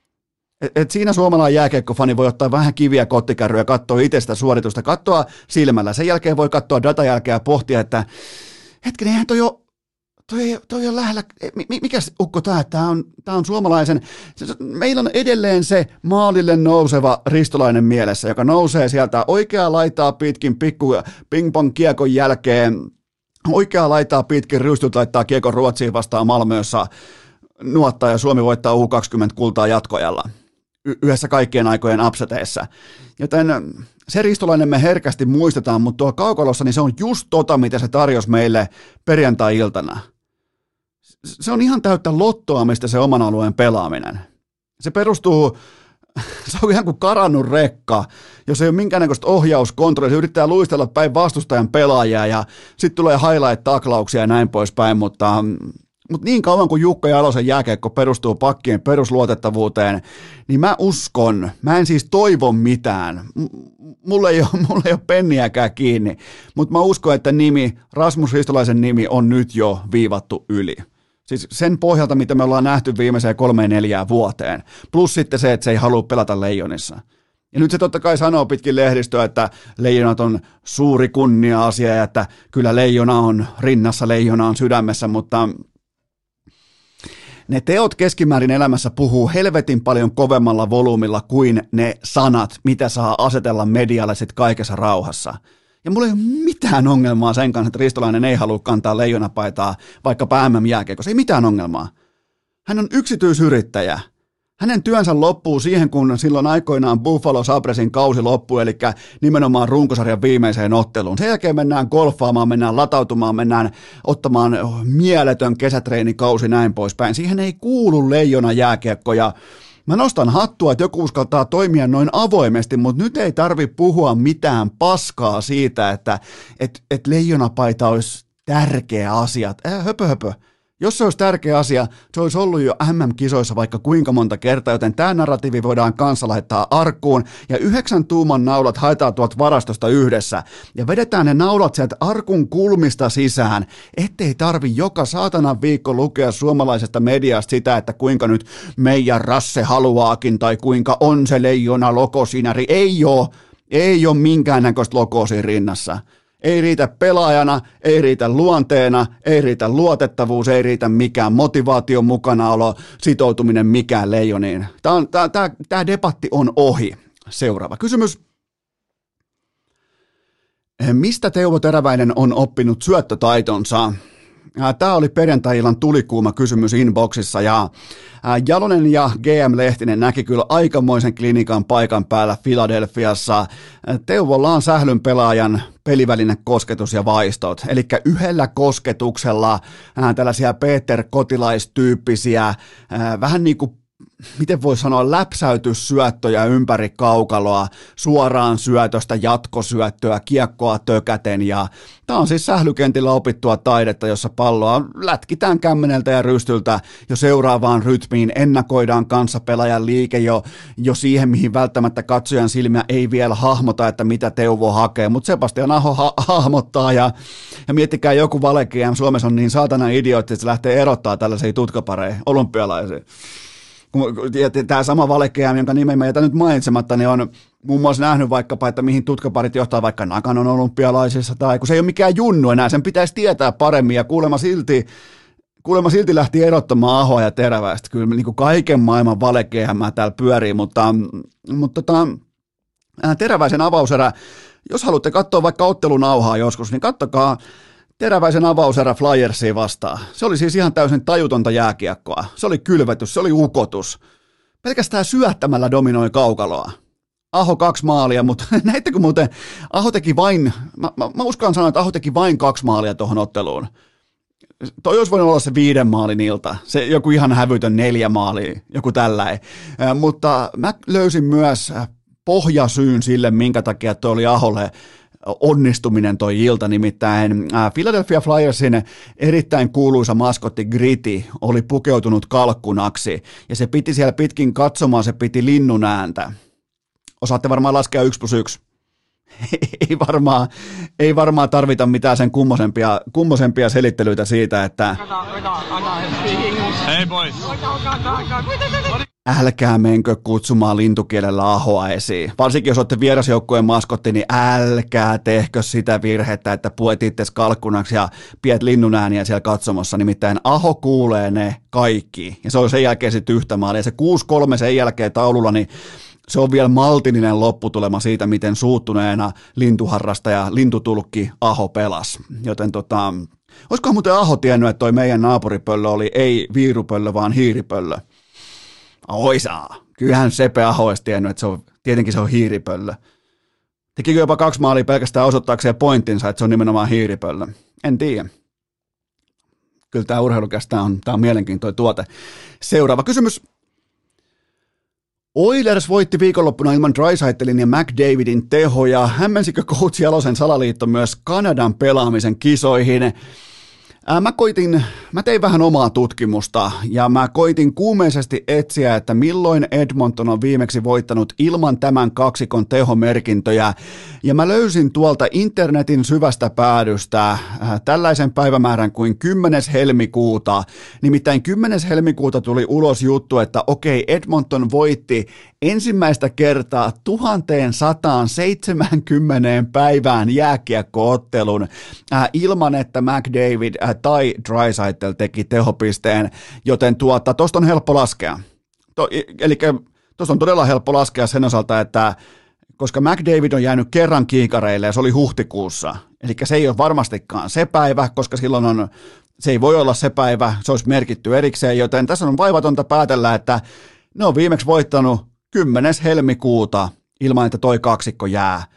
Et siinä suomalainen jääkiekkofani voi ottaa vähän kiviä kottikärryä ja katsoa itse sitä suoritusta, katsoa silmällä. Sen jälkeen voi katsoa datajälkeä ja pohtia, että hetkinen, eihän toi on lähellä, mikäs ukko tämä on suomalaisen, meillä on edelleen se maalille nouseva Ristolainen mielessä, joka nousee sieltä oikeaa laitaa pitkin pikku ping-pong kiekon jälkeen, oikeaa laitaa pitkin rystut laittaa kiekon Ruotsiin vastaan Malmössä, nuottaa ja Suomi voittaa U20 kultaa jatkojalla yhdessä kaikkien aikojen upseteissa. Joten se Ristolainen me herkästi muistetaan, mutta tuolla kaukalossa niin se on just mitä se tarjosi meille perjantai-iltana. Se on ihan täyttä lottoa, mistä se oman alueen pelaaminen. Se perustuu Se on ihan kuin karannut rekka, jos ei ole minkäännäköistä ohjauskontrollia, se yrittää luistella päin vastustajan pelaajia ja sitten tulee highlight-taklauksia ja näin poispäin, mutta niin kauan kuin Jukka Jalosen jääkiekko perustuu pakkien perusluotettavuuteen, niin mä en siis toivo mitään. Mulla ei ole penniäkään kiinni, mutta mä uskon, että Rasmus Ristolaisen nimi on nyt jo viivattu yli. Siis sen pohjalta, mitä me ollaan nähty viimeiseen 3-4 vuoteen, plus sitten se, että se ei halua pelata Leijonissa. Ja nyt se totta kai sanoo pitkin lehdistöä, että Leijonat on suuri kunnia-asia ja että kyllä Leijona on rinnassa, Leijona on sydämessä, mutta ne teot keskimäärin elämässä puhuu helvetin paljon kovemmalla volyymilla kuin ne sanat, mitä saa asetella medialle sit kaikessa rauhassa. Ja mulla ei ole mitään ongelmaa sen kanssa, että Ristolainen ei halua kantaa leijonapaitaa vaikka MM-jääkiekossa. Ei mitään ongelmaa. Hän on yksityisyrittäjä. Hänen työnsä loppuu siihen, kun silloin aikoinaan Buffalo Sabresin kausi loppuu, eli nimenomaan runkosarjan viimeiseen otteluun. Sen jälkeen mennään golfaamaan, mennään latautumaan, mennään ottamaan mieletön kesätreenikausi näin poispäin. Siihen ei kuulu leijona jääkiekko ja mä nostan hattua, että joku uskaltaa toimia noin avoimesti, mutta nyt ei tarvi puhua mitään paskaa siitä, että leijonapaita olisi tärkeä asia. Höpö. Jos se olisi tärkeä asia, se olisi ollut jo MM-kisoissa vaikka kuinka monta kertaa, joten tämä narratiivi voidaan kanssa laittaa arkkuun ja 9 tuuman naulat haetaan tuolta varastosta yhdessä ja vedetään ne naulat sieltä arkun kulmista sisään, ettei tarvi joka saatanan viikko lukea suomalaisesta mediasta sitä, että kuinka nyt meidän Rasse haluaakin tai kuinka on se leijona lokosinäri. Ei ole minkäännäköistä logoa siinä rinnassa. Ei riitä pelaajana, ei riitä luonteena, ei riitä luotettavuus, ei riitä mikään motivaation mukanaolo, sitoutuminen mikään leijoniin. Tämä debatti on ohi. Seuraava kysymys. Mistä Teuvo Teräväinen on oppinut syöttötaitonsa? Tämä oli perjantai-illan tulikuuma kysymys inboxissa ja Jalonen ja GM Lehtinen näki kyllä aikamoisen klinikan paikan päällä Philadelphiassa. Teuvolla on sählyn pelaajan pelivälinen kosketus ja vaistot, eli yhdellä kosketuksella tällaisia Peter Kotilais-tyyppisiä, vähän niin kuin miten voi sanoa, läpsäytyssyöttöjä ympäri kaukaloa, suoraan syötöstä, jatkosyöttöä, kiekkoa tökäten ja tämä on siis sählykentillä opittua taidetta, jossa palloa lätkitään kämmeneltä ja rystyltä jo seuraavaan rytmiin, ennakoidaan kanssapelaajan liike jo siihen, mihin välttämättä katsojan silmiä ei vielä hahmota, että mitä Teuvo hakee, mutta Sebastian Aho hahmottaa ja miettikää joku vale-GM, Suomessa on niin saatana idiootti, että se lähtee erottaa tällaisia tutkapareja, olympialaisia. Tämä sama vale-GM, jonka nimen mä jätän nyt mainitsematta, niin on muun muassa nähnyt vaikkapa, että mihin tutkaparit johtaa vaikka Nakanon olympialaisissa, tai kun se ei ole mikään junnu enää, sen pitäisi tietää paremmin, ja kuulemma silti lähti erottamaan Ahoa ja Teräväistä. Kyllä niin kuin kaiken maailman vale-GM täällä pyörii, mutta Teräväisen avauserä, jos haluatte katsoa vaikka ottelunauhaa joskus, niin kattokaa Teräväisen avauserä Flyersia vastaan. Se oli siis ihan täysin tajutonta jääkiekkoa. Se oli kylvetys, se oli ukotus. Pelkästään syöttämällä dominoi kaukaloa. Aho 2 maalia, mutta näittekö muuten, Aho teki vain, mä uskallan sanoa, että Aho teki vain 2 maalia tuohon otteluun. Toi olisi voinut olla se 5 maalin ilta, se joku ihan hävytön 4 maalia, joku tällainen. Mutta mä löysin myös pohjasyyn sille, minkä takia toi oli Aholle onnistuminen toi ilta, nimittäin Philadelphia Flyersin erittäin kuuluisa maskotti Gritty oli pukeutunut kalkkunaksi ja se piti siellä pitkin katsomaan, se piti linnun ääntä. Osaatte varmaan laskea 1+1. Ei varmaan tarvita mitään sen kummosempia selittelyitä siitä, että Hey boys. älkää menkö kutsumaan lintukielellä Ahoa esiin. Varsinkin jos olette vierasjoukkueen maskotti, niin älkää tehkö sitä virhettä, että puet itses kalkkunaksi ja piet linnun ääniä siellä katsomassa. Nimittäin Aho kuulee ne kaikki. Ja se on sen jälkeen sitten yhtä maalia. Ja se 6-3 sen jälkeen taululla, niin se on vielä maltillinen lopputulema siitä, miten suuttuneena lintuharrastaja, lintutulkki Aho pelasi. Joten olisikohan muuten Aho tiennyt, että toi meidän naapuripöllö oli ei viirupöllö, vaan hiiripöllö? Oisaa. Kyllähän Sepe Aho olisi tiennyt, että tietenkin se on hiiripöllö. Tekikö jopa 2 maalia pelkästään osoittaakseen pointtinsa, että se on nimenomaan hiiripöllö? En tiedä. Kyllä tämä urheilukästä on mielenkiintoinen tuote. Seuraava kysymys. Oilers voitti viikonloppuna ilman Draisaitlin ja McDavidin tehoja. Hämmensikö coach Jalosen salaliitto myös Kanadan pelaamisen kisoihin? Mä tein vähän omaa tutkimusta ja mä koitin kuumeisesti etsiä, että milloin Edmonton on viimeksi voittanut ilman tämän kaksikon tehomerkintöjä. Ja mä löysin tuolta internetin syvästä päädystä tällaisen päivämäärän kuin 10. helmikuuta. Nimittäin 10. helmikuuta tuli ulos juttu, että okei, Edmonton voitti ensimmäistä kertaa 1170 päivään jääkiekko-ottelun ilman, että McDavid tai Draisaitl teki tehopisteen, joten tosta on helppo laskea. Eli tuosta on todella helppo laskea sen osalta, että koska McDavid on jäänyt kerran kiikareille ja se oli huhtikuussa, eli se ei ole varmastikaan se päivä, koska silloin se ei voi olla se päivä, se olisi merkitty erikseen, joten tässä on vaivatonta päätellä, että ne on viimeksi voittanut 10. helmikuuta ilman, että toi kaksikko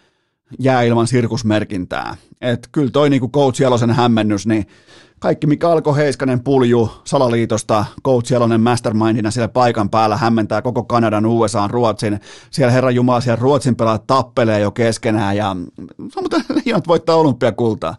jää ilman sirkusmerkintää. Et kyllä toi niinku coach Jalosen hämmennys, niin kaikki mikä alkoi Heiskanen pulju salaliitosta, coach Jalonen mastermindina siellä paikan päällä hämmentää koko Kanadan, USA:n, Ruotsin. Siellä herran jumala, siellä Ruotsin pelaat tappelee jo keskenään ja muuten Leijonat voittaa olympiakultaa.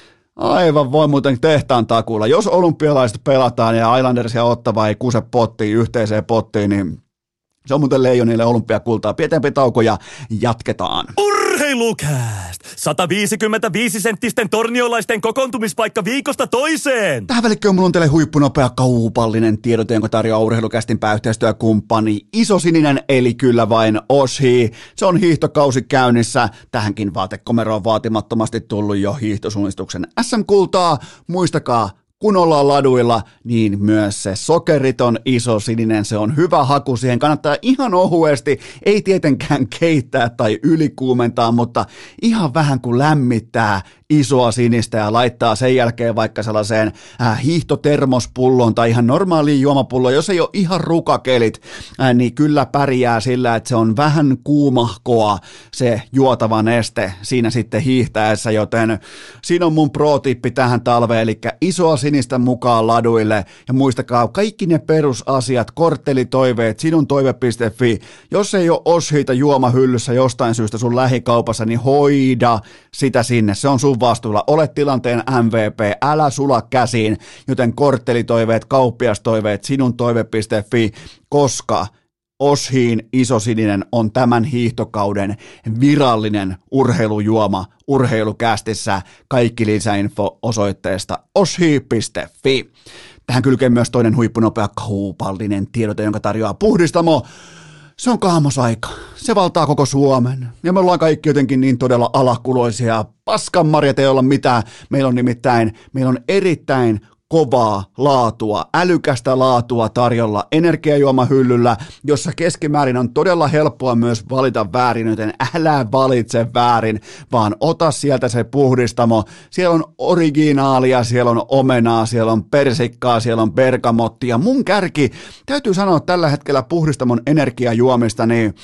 Aivan voi muuten tehtaan takuulla. Jos olympialaiset pelataan ja Islanders ja Ottava ei kuse pottiin, yhteiseen pottiin, niin se on muuten Leijonille olympiakultaa. Pietempi tauko ja jatketaan. Urheilukääst! 155-senttisten torniolaisten kokoontumispaikka viikosta toiseen! Tähän välikköön mulla on teille huippunopea kaupallinen tiedote, jonka tarjoaa Urheilukästin pääyhteistyökumppani Iso Sininen, eli kyllä vain Oshi. Se on hiihtokausi käynnissä. Tähänkin vaatekomero on vaatimattomasti tullut jo hiihtosuunnistuksen SM-kultaa. Muistakaa, kun ollaan laduilla, niin myös se sokeriton Iso Sininen, se on hyvä haku. Siihen kannattaa ihan ohuesti, ei tietenkään keittää tai ylikuumentaa, mutta ihan vähän kuin lämmittää isoa sinistä ja laittaa sen jälkeen vaikka sellaiseen hiihtotermospulloon tai ihan normaaliin juomapulloon. Jos ei ole ihan rukakelit, niin kyllä pärjää sillä, että se on vähän kuumahkoa se juotava neste siinä sitten hiihtäessä, joten siinä on mun pro-tippi tähän talveen, eli isoa sinistä mukaan laduille ja muistakaa kaikki ne perusasiat, korttelitoiveet, sinuntoive.fi. Jos ei ole Oshiita juomahyllyssä jostain syystä sun lähikaupassa, niin hoida sitä sinne, se on sun vastuulla. Olet tilanteen MVP, älä sula käsiin, joten korttelitoiveet, kauppiastoiveet, sinuntoive.fi, koska Oshiin Iso Sininen on tämän hiihtokauden virallinen urheilujuoma Urheilukästissä. Kaikki lisäinfo osoitteesta oshi.fi. Tähän kylkee myös toinen huippunopea kaupallinen tiedote, jonka tarjoaa Puhdistamo. Se on kaamosaika. Se valtaa koko Suomen. Ja me ollaan kaikki jotenkin niin todella alakuloisia. Paskanmarjat ei olla mitään. Meillä on erittäin kovaa laatua, älykästä laatua tarjolla energiajuomahyllyllä, jossa keskimäärin on todella helppoa myös valita väärin, joten älä valitse väärin, vaan ota sieltä se Puhdistamo. Siellä on originaalia, siellä on omenaa, siellä on persikkaa, siellä on bergamottia. Mun kärki, täytyy sanoa tällä hetkellä Puhdistamon energiajuomista, niin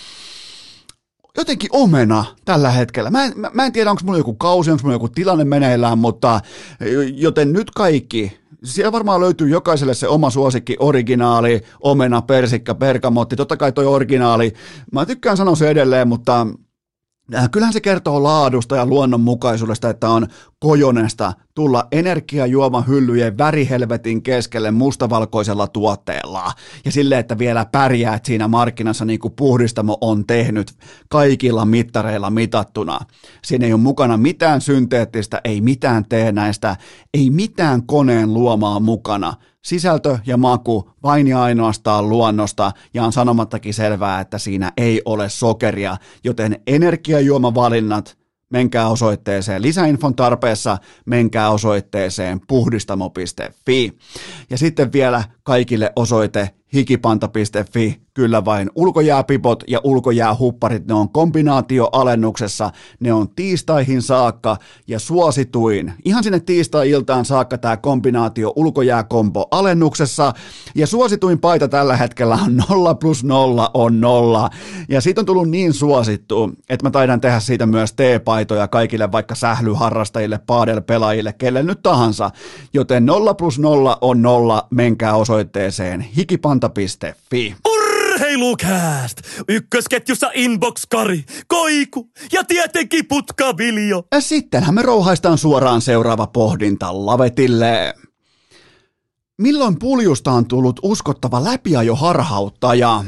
jotenkin omena tällä hetkellä. Mä en tiedä, onko mulla joku kausi, onko mulla joku tilanne meneillään, mutta joten nyt kaikki. Siellä varmaan löytyy jokaiselle se oma suosikki, originaali, omena, persikka, bergamotti, totta kai toi originaali. Mä tykkään sanoa se edelleen, mutta kyllähän se kertoo laadusta ja luonnonmukaisuudesta, että on kojonesta tulla energiajuomahyllyjen värihelvetin keskelle mustavalkoisella tuotteella. Ja silleen, että vielä pärjäät siinä markkinassa niin kuin Puhdistamo on tehnyt kaikilla mittareilla mitattuna. Siinä ei ole mukana mitään synteettistä, ei mitään teennäistä, ei mitään koneen luomaa mukana. Sisältö ja maku vain ja ainoastaan luonnosta, ja on sanomattakin selvää, että siinä ei ole sokeria, joten energiajuomavalinnat, menkää osoitteeseen lisäinfon tarpeessa, menkää osoitteeseen puhdistamo.fi. Ja sitten vielä kaikille osoite hikipanta.fi, kyllä vain ulkojääpipot ja ulkojäähupparit, ne on kombinaatioalennuksessa, ne on tiistaihin saakka ja suosituin, ihan sinne tiistai-iltaan saakka tämä kombinaatio ulkojääkombo alennuksessa ja suosituin paita tällä hetkellä on 0+0 on 0 ja siitä on tullut niin suosittu, että mä taidan tehdä siitä myös teepaitoja kaikille vaikka sählyharrastajille, paadel-pelaajille, kelle nyt tahansa, joten 0+0 on 0, menkää osoitteeseen hikipanta.fi. Urheilukääst! Ykkösketjussa Inbox Kari, Koiku ja tietenkin Putka Viljo. Sittenhän me rouhaistaan suoraan seuraava pohdinta lavetille. Milloin puljusta on tullut uskottava läpiajoharhauttaja?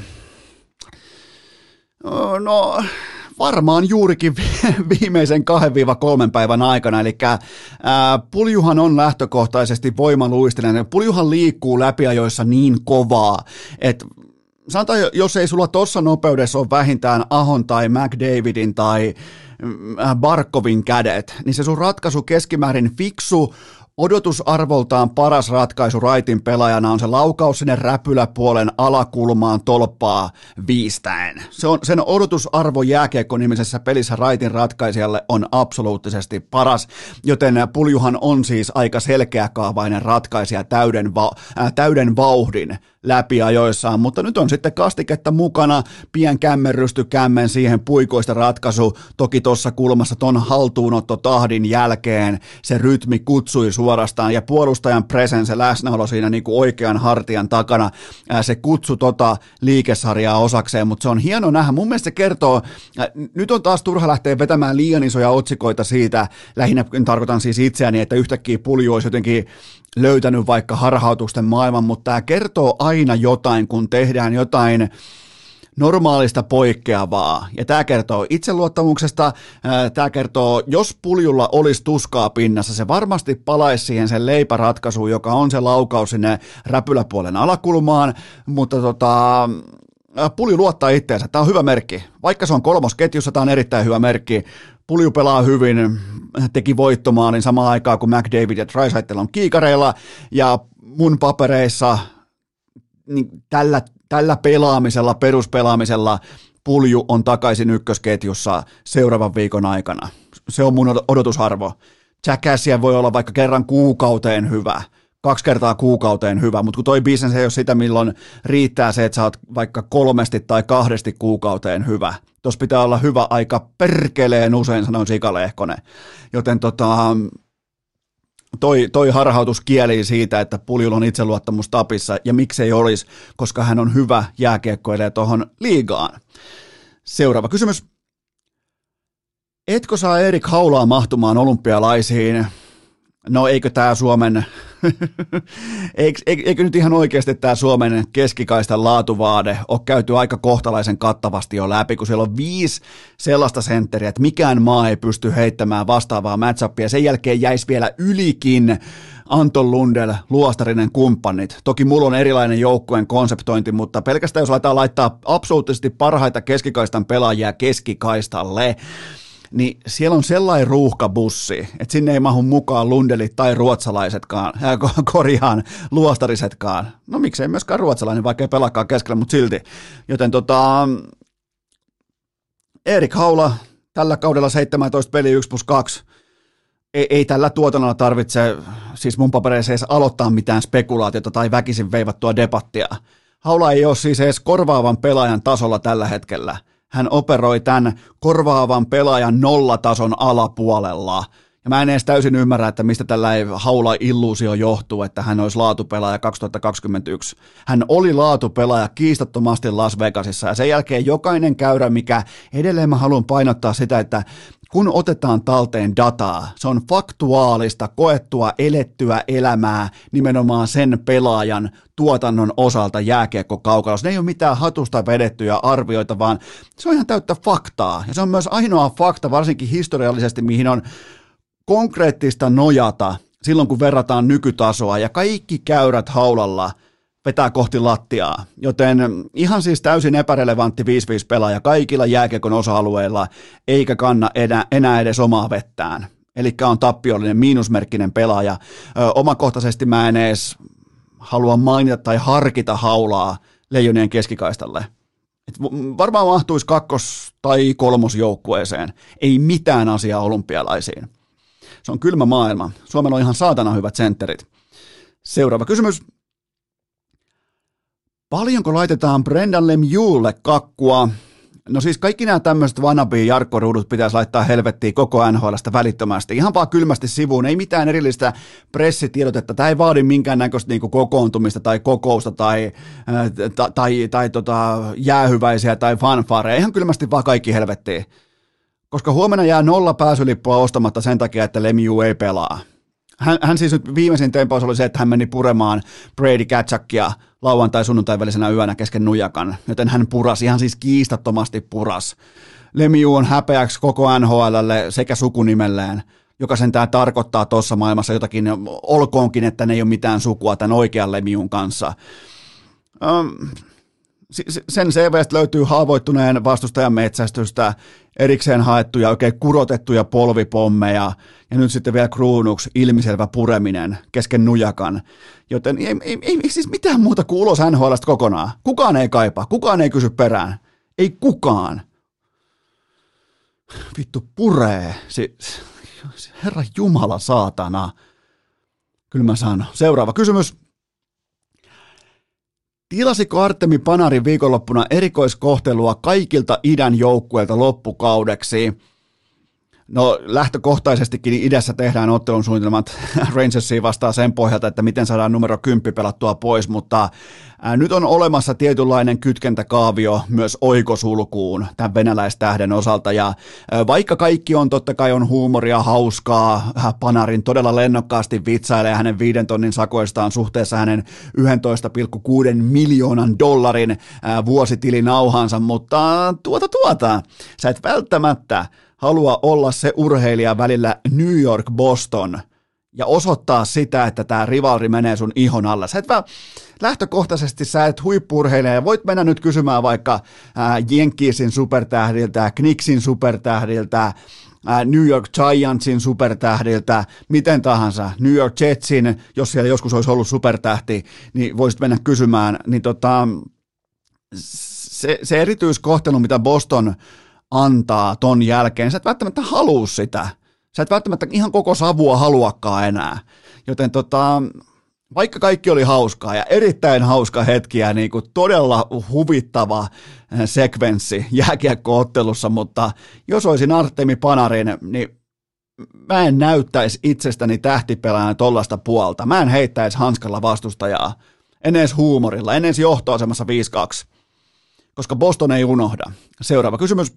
No, varmaan juurikin viimeisen 2-3 päivän aikana, eli puljuhan on lähtökohtaisesti voimaluistinen. Puljuhan liikkuu läpiajoissa niin kovaa, että sanotaan, jos ei sulla tuossa nopeudessa ole vähintään Ahon tai McDavidin tai Barkovin kädet, niin se sun ratkaisu keskimäärin fiksu, odotusarvoltaan paras ratkaisu raitin pelaajana on se laukaus sinne räpyläpuolen alakulmaan tolppaa viistäen. Sen odotusarvo jääkiekko-nimisessä pelissä raitin ratkaisijalle on absoluuttisesti paras, joten puljuhan on siis aika selkeäkaavainen ratkaisija täyden vauhdin läpiajoissaan, mutta nyt on sitten kastiketta mukana, pien kämmenrysty kämmen siihen puikoista ratkaisu, toki tuossa kulmassa ton haltuunottotahdin jälkeen se rytmi kutsui suorastaan ja puolustajan presence, läsnäolo siinä niin kuin oikean hartian takana, se kutsui liikesarjaa osakseen, mutta se on hieno nähdä, mun mielestä se kertoo, nyt on taas turha lähteä vetämään liian isoja otsikoita siitä, lähinnä tarkoitan siis itseäni, että yhtäkkiä pulju olisi jotenkin löytänyt vaikka harhautusten maailman, mutta tämä kertoo aina jotain, kun tehdään jotain normaalista poikkeavaa. Ja tämä kertoo itseluottamuksesta, tämä kertoo, jos puljulla olisi tuskaa pinnassa, se varmasti palaisi siihen sen leipäratkaisuun, joka on se laukaus sinne räpyläpuolen alakulmaan, mutta pulju luottaa itteensä, tämä on hyvä merkki. Vaikka se on kolmosketjussa, tämä on erittäin hyvä merkki. Pulju pelaa hyvin, teki voittomaalin samaan aikaan, kun McDavid ja Draisaitl on kiikareilla, ja mun papereissa niin tällä pelaamisella, peruspelaamisella pulju on takaisin ykkösketjussa seuraavan viikon aikana. Se on mun odotusarvo. Jackassia voi olla vaikka kerran kuukauteen hyvä, 2 kertaa kuukauteen hyvä, mutta kun toi business ei ole sitä, milloin riittää se, että sä oot vaikka 3 tai 2 kuukauteen hyvä. Tuossa pitää olla hyvä aika perkeleen usein, sanoin Sika Lehkonen. Joten toi harhautus kieli siitä, että puljulla on itseluottamus tapissa, ja miksei olisi, koska hän on hyvä jääkiekkoilija tuohon liigaan. Seuraava kysymys. Etkö saa Erik Haulaa mahtumaan olympialaisiin? No eikö tämä Suomen, eikö nyt ihan oikeasti tämä Suomen keskikaistan laatuvaade ole käyty aika kohtalaisen kattavasti jo läpi, kun siellä on 5 sellaista sentteriä, että mikään maa ei pysty heittämään vastaavaa matchupia. Sen jälkeen jäisi vielä ylikin Anton Lundell, Luostarinen kumppanit. Toki mulla on erilainen joukkueen konseptointi, mutta pelkästään jos aletaan laittaa absoluuttisesti parhaita keskikaistan pelaajia keskikaistalle, niin siellä on sellainen ruuhkabussi, että sinne ei mahu mukaan Lundelit tai ruotsalaisetkaan, luostarisetkaan. No miksei myöskään ruotsalainen, vaikka ei pelaakaan keskellä, mutta silti. Joten Erik Haula tällä kaudella 17 peliä 1+2. Ei tällä tuotannolla tarvitse, siis mun papereissa edes aloittaa mitään spekulaatiota tai väkisin veivattua debattia. Haula ei ole siis edes korvaavan pelaajan tasolla tällä hetkellä. Hän operoi tämän korvaavan pelaajan nollatason alapuolella. Ja mä en edes täysin ymmärrä, että mistä tällä Haula-illuusio johtuu, että hän olisi laatupelaaja 2021. Hän oli laatupelaaja kiistattomasti Las Vegasissa, ja sen jälkeen jokainen käyrä, mikä edelleen mä haluan painottaa sitä, että kun otetaan talteen dataa, se on faktuaalista, koettua, elettyä elämää nimenomaan sen pelaajan tuotannon osalta jääkiekkokaukalossa. Ne ei ole mitään hatusta vedettyjä arvioita, vaan se on ihan täyttä faktaa. Ja se on myös ainoa fakta, varsinkin historiallisesti, mihin on konkreettista nojata silloin, kun verrataan nykytasoa, ja kaikki käyrät Haulalla vetää kohti lattiaa, joten ihan siis täysin epärelevantti 5-5 pelaaja kaikilla jääkiekon osa-alueilla, eikä kanna enää edes omaa vettään. Eli on tappiollinen, miinusmerkkinen pelaaja. Omakohtaisesti mä en edes halua mainita tai harkita Haulaa Leijonien keskikaistalle. Et varmaan mahtuisi 2- tai 3-joukkueeseen. Ei mitään asiaa olympialaisiin. Se on kylmä maailma. Suomella on ihan saatana hyvät sentterit. Seuraava kysymys. Paljonko laitetaan Brendan Lemieuxlle kakkua? No siis kaikki nämä tämmöiset wannabe Jarkko-ruudut pitäisi laittaa helvettiin koko NHL:stä välittömästi. Ihan vaan kylmästi sivuun, ei mitään erillistä pressitiedotetta. Tämä ei vaadi minkäännäköistä niinku kokoontumista tai kokousta tai jäähyväisiä tai fanfareja. Ihan kylmästi vaan kaikki helvettiin. Koska huomenna jää 0 pääsylippua ostamatta sen takia, että Lemieux ei pelaa. Hän siis nyt viimeisin tempaus oli se, että hän meni puremaan Brady Katchakia lauantai-sunnuntai välisenä yönä kesken nujakan, joten hän puras, ihan siis kiistattomasti puras. Lemieux on häpeäksi koko NHL:lle sekä sukunimelleen, joka sentään tarkoittaa tuossa maailmassa jotakin, olkoonkin, että ne ei ole mitään sukua tämän oikean Lemieux'n kanssa. Sen CV:stä löytyy haavoittuneen vastustajan metsästystä, erikseen haettuja, oikein kurotettuja polvipommeja ja nyt sitten vielä kruunuksi ilmiselvä pureminen kesken nujakan. Joten ei siis mitään muuta kuin ulos NHL:stä kokonaan. Kukaan ei kaipaa, kukaan ei kysy perään. Ei kukaan. Vittu puree. Herra Jumala saatana. Kyllä mä sanon. Seuraava kysymys. Tilasiko Artemi Panarin viikonloppuna erikoiskohtelua kaikilta idän joukkueilta loppukaudeksi? No lähtökohtaisestikin idässä tehdään ottelun suunnitelmat Rangersiin vastaan sen pohjalta, että miten saadaan numero 10 pelattua pois, mutta nyt on olemassa tietynlainen kytkentäkaavio myös oikosulkuun tämän venäläistähden osalta, ja vaikka kaikki on totta kai on huumoria, hauskaa, Panarin todella lennokkaasti vitsailee hänen 5 tonnin sakoistaan suhteessa hänen 11,6 miljoonan dollarin vuositilinauhansa, mutta sä et välttämättä halua olla se urheilija välillä New York-Boston ja osoittaa sitä, että tämä rivalri menee sun ihon alla. Lähtökohtaisesti sä et huippu-urheilija ja voit mennä nyt kysymään vaikka Yankeesin supertähdiltä, Knicksin supertähdiltä, New York Giantsin supertähdiltä, miten tahansa, New York Jetsin, jos siellä joskus olisi ollut supertähti, niin voisit mennä kysymään, niin se erityiskohtelu, mitä Boston antaa ton jälkeen, sä et välttämättä halua sitä. Sä et välttämättä ihan koko savua haluakaan enää. Joten vaikka kaikki oli hauskaa ja erittäin hauska hetki ja niin kuin todella huvittava sekvenssi jääkiekko-ottelussa, mutta jos olisin Artemi Panarin, niin mä en näyttäisi itsestäni tähtipelaajan tollaista puolta. Mä en heittäisi hanskalla vastustajaa, en edes huumorilla, en edes johtoasemassa 5-2, koska Boston ei unohda. Seuraava kysymys.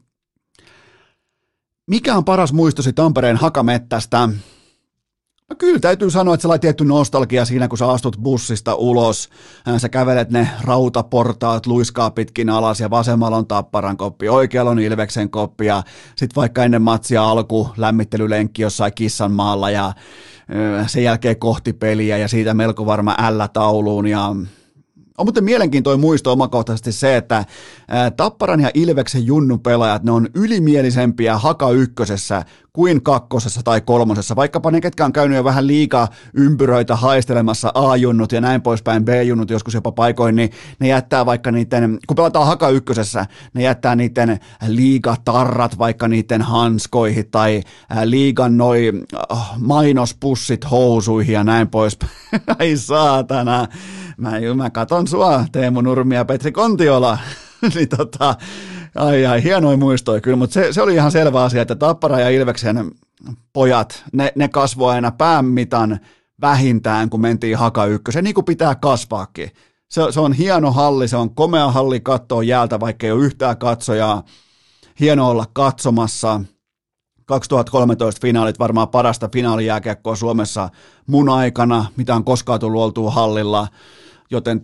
Mikä on paras muistosi Tampereen Hakamettästä? No kyllä täytyy sanoa, että sellainen tietty nostalgia siinä, kun sä astut bussista ulos, sä kävelet ne rautaportaat, luiskaa pitkin alas ja vasemmalla on Tapparan koppi, oikealla on Ilveksen koppi ja sitten vaikka ennen matsia alku lämmittelylenkki jossain Kissanmaalla ja sen jälkeen kohti peliä ja siitä melko varma L-tauluun ja on muuten mielenkiintoinen muisto omakohtaisesti se, että Tapparan ja Ilveksen junnupelaajat, ne on ylimielisempiä Haka ykkösessä kuin kakkosessa tai kolmosessa, vaikkapa ne, ketkä on käynyt jo vähän liikaa ympyröitä haistelemassa A-junnut ja näin poispäin, B-junnut joskus jopa paikoin, niin ne jättää vaikka niiden, kun pelataan Haka ykkösessä, ne jättää niiden liigatarrat vaikka niiden hanskoihin tai liigan noi mainospussit housuihin ja näin poispäin. Ai saatana. Mä katon sua, Teemu Nurmi ja Petri Kontiola, niin ai hienoja muistoja kyllä, mutta se oli ihan selvä asia, että Tappara ja Ilveksen pojat, ne kasvoi aina päämitan vähintään, kun mentiin Haka ykkösen, niin kuin pitää kasvaakin. Se on hieno halli, se on komea halli katsoa jäältä, vaikka ei ole yhtään katsojaa, hieno olla katsomassa. 2013 finaalit, varmaan parasta finaalijääkiekkoa Suomessa mun aikana, mitä on koskaan tullut oltua hallilla, joten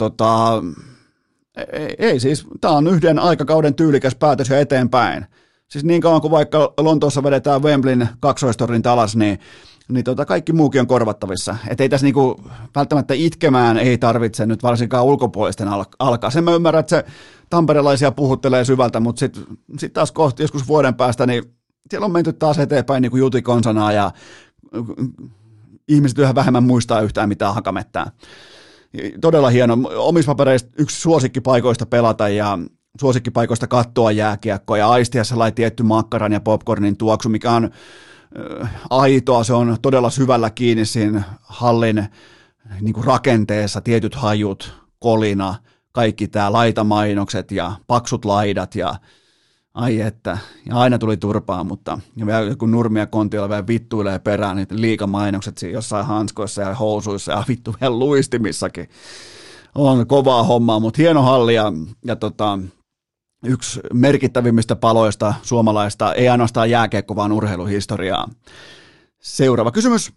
ei siis, tää on yhden aikakauden tyylikäs päätös ja eteenpäin. Siis niin kauan kuin vaikka Lontoossa vedetään Wembleyn kaksoistornin alas, niin kaikki muukin on korvattavissa. Että ei tässä niinku välttämättä itkemään ei tarvitse nyt varsinkaan ulkopuolisten alkaa. Sen mä ymmärrän, että se tamperelaisia puhuttelee syvältä, mutta sit taas kohti joskus vuoden päästä, niin siellä on menty taas eteenpäin niin kuin jutikonsana ja ihmiset yhä vähemmän muistaa yhtään mitään Hakamettää. Todella hieno. Omissa papereissa yksi suosikkipaikoista pelata ja suosikkipaikoista katsoa jääkiekkoa ja aistia sellainen tietty makkaran ja popcornin tuoksu, mikä on aitoa. Se on todella syvällä kiinni siinä hallin niin kuin rakenteessa, tietyt hajut, kolina, kaikki tämä laitamainokset ja paksut laidat ja Ai että, ja aina tuli turpaa, mutta ja vielä kun Nurmi ja Kontiola vielä vittuilee perään, niin liigamainokset siinä jossain hanskoissa ja housuissa ja vittu vielä luistimissakin. On kovaa hommaa, mutta hieno halli ja yksi merkittävimmistä paloista suomalaista, ei ainoastaan jääkiekko, vaan urheiluhistoriaa. Seuraava kysymys.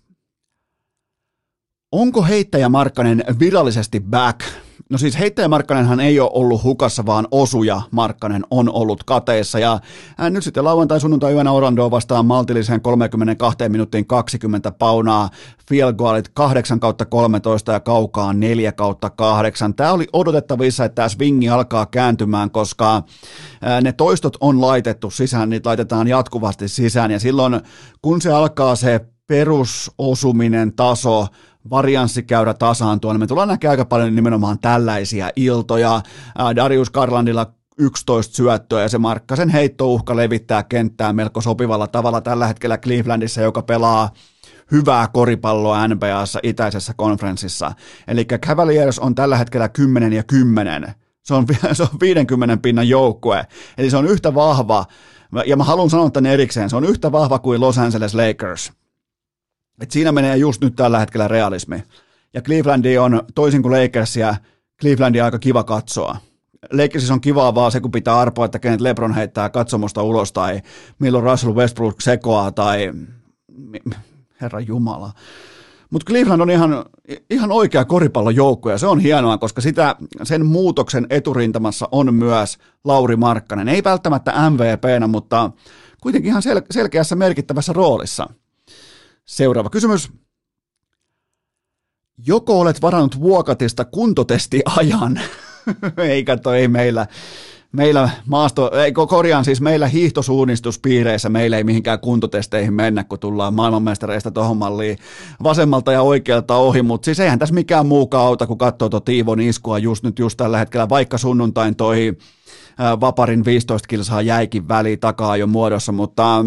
Onko Heittäjä Markkanen virallisesti back? No siis Heittäjä Markkanenhan ei ole ollut hukassa, vaan Osuja Markkanen on ollut kateissa. Ja nyt sitten lauantai-sunnuntai-yönä Orlandoa vastaan maltilliseen 32 minuuttiin 20 paunaa. Field goalit 8/13 ja kaukaa 4/8. Tämä oli odotettavissa, että tämä swingi alkaa kääntymään, koska ne toistot on laitettu sisään, niitä laitetaan jatkuvasti sisään. Ja silloin kun se alkaa se perusosuminen taso, varianssikäyrä tasaantua, niin me tullaan näkemään aika paljon nimenomaan tällaisia iltoja. Darius Garlandilla 11 syöttöä ja se Markkasen heittouhka levittää kenttää melko sopivalla tavalla tällä hetkellä Clevelandissa, joka pelaa hyvää koripalloa NBA:ssa itäisessä konferenssissa. Eli Cavaliers on tällä hetkellä 10-10. Se on 50 pinnan joukkue. Eli se on yhtä vahva, ja mä haluan sanoa tänne erikseen, se on yhtä vahva kuin Los Angeles Lakers. Et siinä menee just nyt tällä hetkellä realismi. Ja Clevelandi on, toisin kuin Lakersia, Clevelandi on aika kiva katsoa. Lakersissa on kivaa vaan se, kun pitää arpoa, että kenet LeBron heittää katsomusta ulos, tai milloin Russell Westbrook sekoaa, tai herra jumala. Mutta Cleveland on ihan oikea koripallojoukkue, ja se on hienoa, koska sen muutoksen eturintamassa on myös Lauri Markkanen. Ei välttämättä MVP:nä, mutta kuitenkin ihan selkeässä merkittävässä roolissa. Seuraava kysymys. Joko olet varannut Vuokatista kuntotestiajan? ei meillä meillä hiihtosuunnistuspiireissä meillä ei mihinkään kuntotesteihin mennä, kun tullaan maailmanmestareista tuohon malliin vasemmalta ja oikealta ohi, mutta siis eihän tässä mikään muukaan auta, kun katsoo tuota Iivon iskua just tällä hetkellä, vaikka sunnuntain toi Vaparin 15 kilsaa jäikin väliin takaa jo muodossa, mutta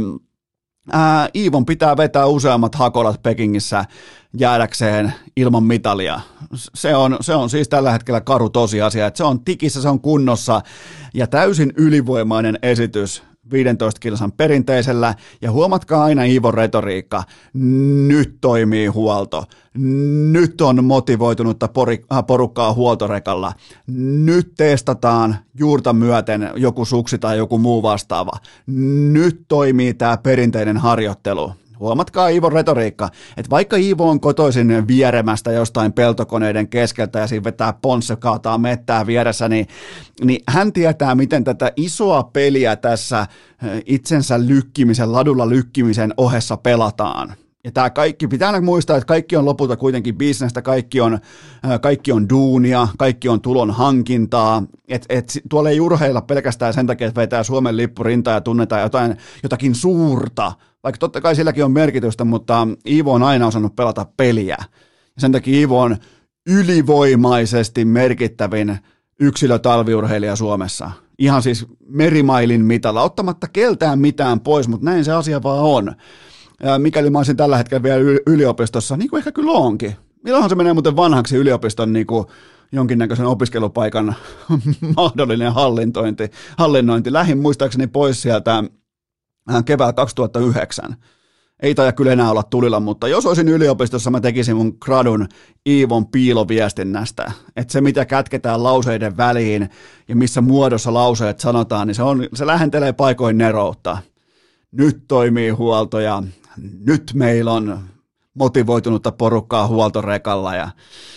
Iivon pitää vetää useammat hakolat Pekingissä jäädäkseen ilman mitalia. Se on siis tällä hetkellä karu tosiasia, että se on tikissä, se on kunnossa ja täysin ylivoimainen esitys 15 kilsan perinteisellä, ja huomatkaa aina Iivon retoriikka, nyt toimii huolto, nyt on motivoitunutta porukkaa huoltorekalla, nyt testataan juurta myöten joku suksi tai joku muu vastaava, nyt toimii tämä perinteinen harjoittelu. Huomatkaa Iivon retoriikka, että vaikka Iivo on kotoisin Vieremästä jostain peltokoneiden keskeltä ja siinä vetää ponsse, kaataa mettää vieressä, niin hän tietää, miten tätä isoa peliä tässä itsensä lykkimisen, ladulla lykkimisen ohessa pelataan. Ja tämä kaikki, pitää aina muistaa, että kaikki on lopulta kuitenkin bisnestä, kaikki on duunia, kaikki on tulon hankintaa, että tuolla ei urheilla pelkästään sen takia, että vetää Suomen lippu rintaan ja tunnetaan jotakin suurta, vaikka totta kai silläkin on merkitystä, mutta Iivo on aina osannut pelata peliä. Ja sen takia Iivo on ylivoimaisesti merkittävin yksilötalviurheilija Suomessa. Ihan siis merimailin mitalla, ottamatta keltään mitään pois, mutta näin se asia vaan on. Ja mikäli mä olisin tällä hetkellä vielä yliopistossa, niin kuin ehkä kyllä onkin. Milloinhan se menee muuten vanhaksi yliopiston niin kuin jonkinnäköisen opiskelupaikan mahdollinen hallinnointi. Lähin muistaakseni pois sieltä keväällä 2009. Ei taida kyllä enää olla tulilla, mutta jos olisin yliopistossa, mä tekisin mun gradun Iivon piiloviestinnästä. Että se, mitä kätketään lauseiden väliin ja missä muodossa lauseet sanotaan, niin se lähentelee paikoin neroutta. Nyt toimii huolto ja nyt meillä on motivoitunutta porukkaa huoltorekalla ja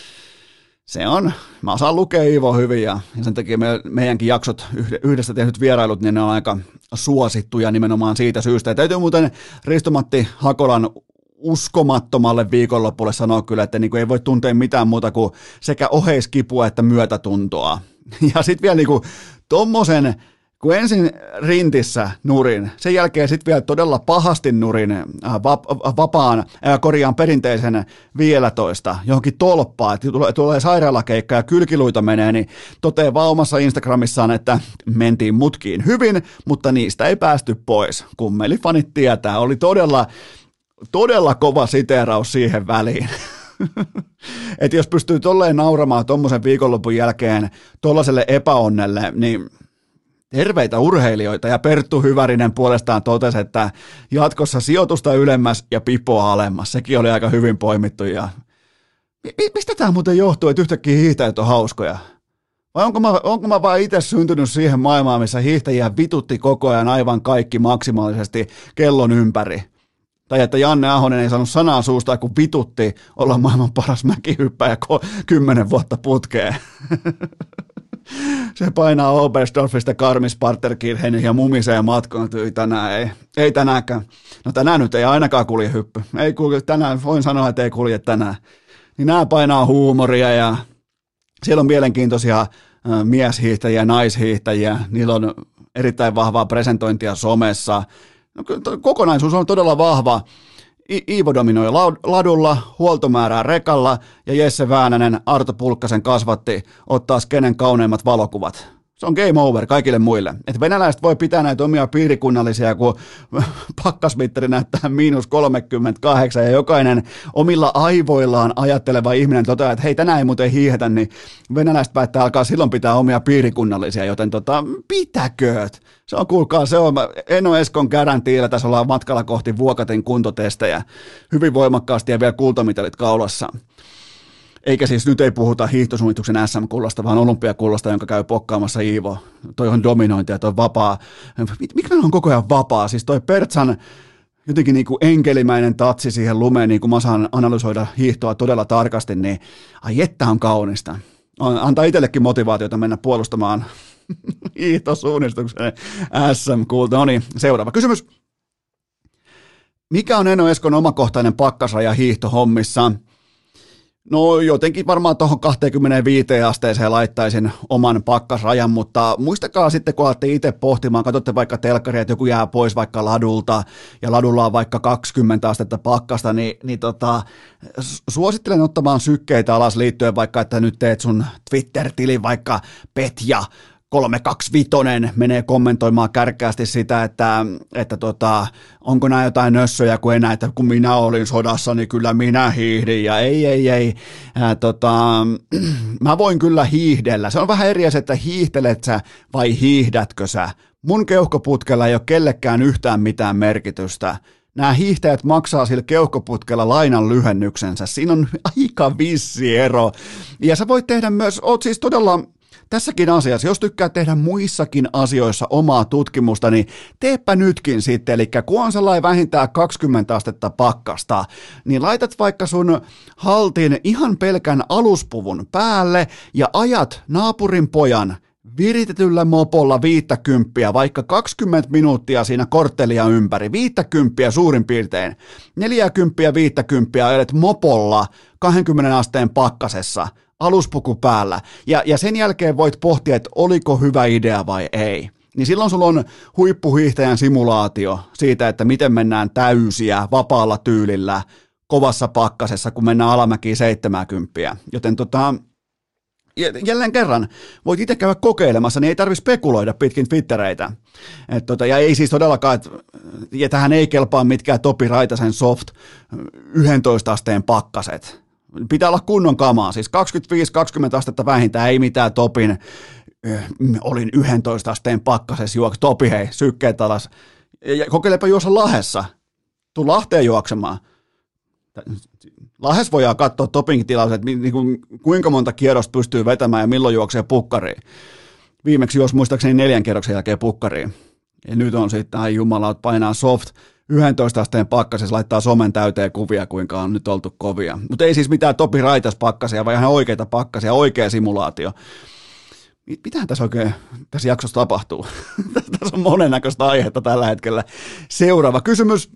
se on, mä osaan lukea Iivo hyvin ja sen takia meidänkin jaksot, yhdessä tehdyt vierailut, niin ne on aika suosittuja nimenomaan siitä syystä. Ja täytyy muuten Risto-Matti Hakolan uskomattomalle viikonloppulle sanoa kyllä, että niin kuin ei voi tuntea mitään muuta kuin sekä oheiskipua että myötätuntoa. Ja sitten vielä niin kuin tommosen, kun ensin rintissä nurin, sen jälkeen sitten vielä todella pahasti nurin perinteisen 15 johonkin tolppaan, että tulee sairaalakeikka ja kylkiluita menee, niin toteaa vaan omassa Instagramissaan, että mentiin mutkiin hyvin, mutta niistä ei päästy pois. Kummelifanit tietää, oli todella kova siteeraus siihen väliin. Että jos pystyy tolleen nauramaan tommosen viikonlopun jälkeen tollaselle epäonnelle, niin Terveitä urheilijoita, ja Perttu Hyvärinen puolestaan totesi, että jatkossa sijoitusta ylemmäs ja pipoa alemmas. Sekin oli aika hyvin poimittu. Ja mistä tämä muuten johtuu, että yhtäkkiä hiihtäjät on hauskoja? Vai onko mä vaan itse syntynyt siihen maailmaan, missä hiihtäjiä vitutti koko ajan aivan kaikki maksimaalisesti kellon ympäri? Tai että Janne Ahonen ei saanut sanaa suusta, kun vitutti olla maailman paras mäkihyppäjä 10 vuotta putkeen. Se painaa Oberstdorfista Garmisch-Partenkirchen ja mumisee matkoon. Tänään ei tänäänkään. No tänään nyt ei ainakaan kulje hyppy. Ei kulje tänään, voin sanoa, että ei kulje tänään. Niin nämä painaa huumoria ja siellä on mielenkiintoisia mieshiihtäjiä, naishiihtäjiä. Niillä on erittäin vahvaa presentointia somessa. No, kokonaisuus on todella vahva. Iivo dominoi ladulla, huoltomäärää rekalla ja Jesse Väänänen, Arto Pulkkasen kasvatti, ottaa skenen kauneimmat valokuvat. Se on game over kaikille muille. Et venäläiset voi pitää näitä omia piirikunnallisia, kun pakkasmittari näyttää -38 ja jokainen omilla aivoillaan ajatteleva ihminen toteaa, että hei, tänään ei muuten hiihetä, niin venäläiset päättää alkaa silloin pitää omia piirikunnallisia, joten pitäkööt. Se on, kuulkaa, se on Eno Eskon garantiilla, tässä ollaan matkalla kohti Vuokatin kuntotestejä hyvin voimakkaasti ja vielä kultamitalit kaulassa. Eikä siis nyt ei puhuta hiihtosuunnituksen SM-kullasta, vaan olympiakullasta, jonka käy pokkaamassa Iivo. Toi on dominointia, toi vapaa. Mikä meillä on koko ajan vapaa? Siis toi Pertsan jotenkin niin kuin enkelimäinen tatsi siihen lumeen, niin kuin mä saan analysoida hiihtoa todella tarkasti, niin ai että on kaunista. Antaa itsellekin motivaatiota mennä puolustamaan hiihtosuunnistuksen SM-kulta. No niin, seuraava kysymys. Mikä on Eno Eskon omakohtainen pakkasraja hiihtohommissa? No jotenkin varmaan tuohon 25 asteeseen laittaisin oman pakkasrajan, mutta muistakaa sitten, kun alatte itse pohtimaan, katsotte vaikka telkkaria, että joku jää pois vaikka ladulta ja ladulla on vaikka 20 astetta pakkasta, niin suosittelen ottamaan sykkeitä alas liittyen vaikka, että nyt teet sun Twitter-tilin vaikka Petja 325 menee kommentoimaan kärkkäästi sitä, että onko nämä jotain nössöjä, kun enää, että kun minä olin sodassa, niin kyllä minä hiihdin, ja ei. Mä voin kyllä hiihdellä. Se on vähän eri asia, että hiihtelet sä vai hiihdätkö sä. Mun keuhkoputkella ei ole kellekään yhtään mitään merkitystä. Nämä hiihtäjät maksaa sillä keuhkoputkella lainan lyhennyksensä. Siinä on aika vissi ero. Ja sä voit tehdä myös, oot siis todella tässäkin asiassa, jos tykkää tehdä muissakin asioissa omaa tutkimusta, niin teepä nytkin sitten, eli kun on sellainen vähintään 20 astetta pakkasta, niin laitat vaikka sun haltin ihan pelkän aluspuvun päälle ja ajat naapurin pojan viritetyllä mopolla 50, vaikka 20 minuuttia siinä korttelia ympäri, 50 suurin piirtein, 40-50 ajelet mopolla 20 asteen pakkasessa, aluspuku päällä, ja sen jälkeen voit pohtia, että oliko hyvä idea vai ei. Niin silloin sulla on huippuhiihtäjän simulaatio siitä, että miten mennään täysiä, vapaalla tyylillä, kovassa pakkasessa, kun mennään alamäkiin 70. Joten jälleen kerran, voit itse käydä kokeilemassa, niin ei tarvitse spekuloida pitkin Twittereitä. Ja ei siis todellakaan, ja tähän ei kelpaa mitkään Topi Raitasen soft 11 asteen pakkaset. Pitää olla kunnon kamaa, siis 25-20 astetta vähintään, ei mitään Topin, olin 11 asteen pakkasessa juoksi, Topi hei, sykkeet alas, ja kokeilepa juossa Lahdessa, tuu Lahteen juoksemaan. Lahes voidaan katsoa Topinkin tilaus, että kuinka monta kierrosta pystyy vetämään ja milloin juoksee pukkariin. Viimeksi jos muistaakseni 4 kierroksen jälkeen pukkariin. Ja nyt on sitten, ai jumala, painaa soft 11 asteen pakkasessa, laittaa somen täyteen kuvia, kuinka on nyt oltu kovia. Mutta ei siis mitään Topi Raitas pakkasia, vaan ihan oikeita pakkasia, oikea simulaatio. Mitähän tässä oikein tässä jaksossa tapahtuu? Tässä on monennäköistä aihetta tällä hetkellä. Seuraava kysymys.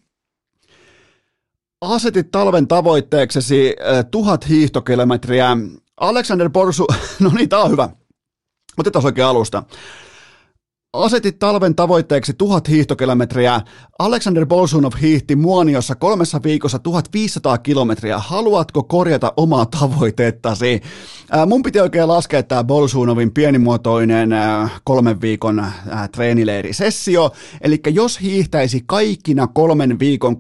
Asetit talven tavoitteeksesi 1000 hiihtokilometriä. Alexander Borsu, no niin, tää on hyvä. Otetaan oikein alusta. Asetit talven tavoitteeksi 1000 hiihtokilometriä. Alexander Bolsunov hiihti Muoniossa 3 viikossa 1500 kilometriä. Haluatko korjata omaa tavoitettasi? Mun piti oikein laskea tämä Bolsunovin pienimuotoinen 3 viikon treenileirisessio. Eli jos hiihtäisi kaikkina 3 viikon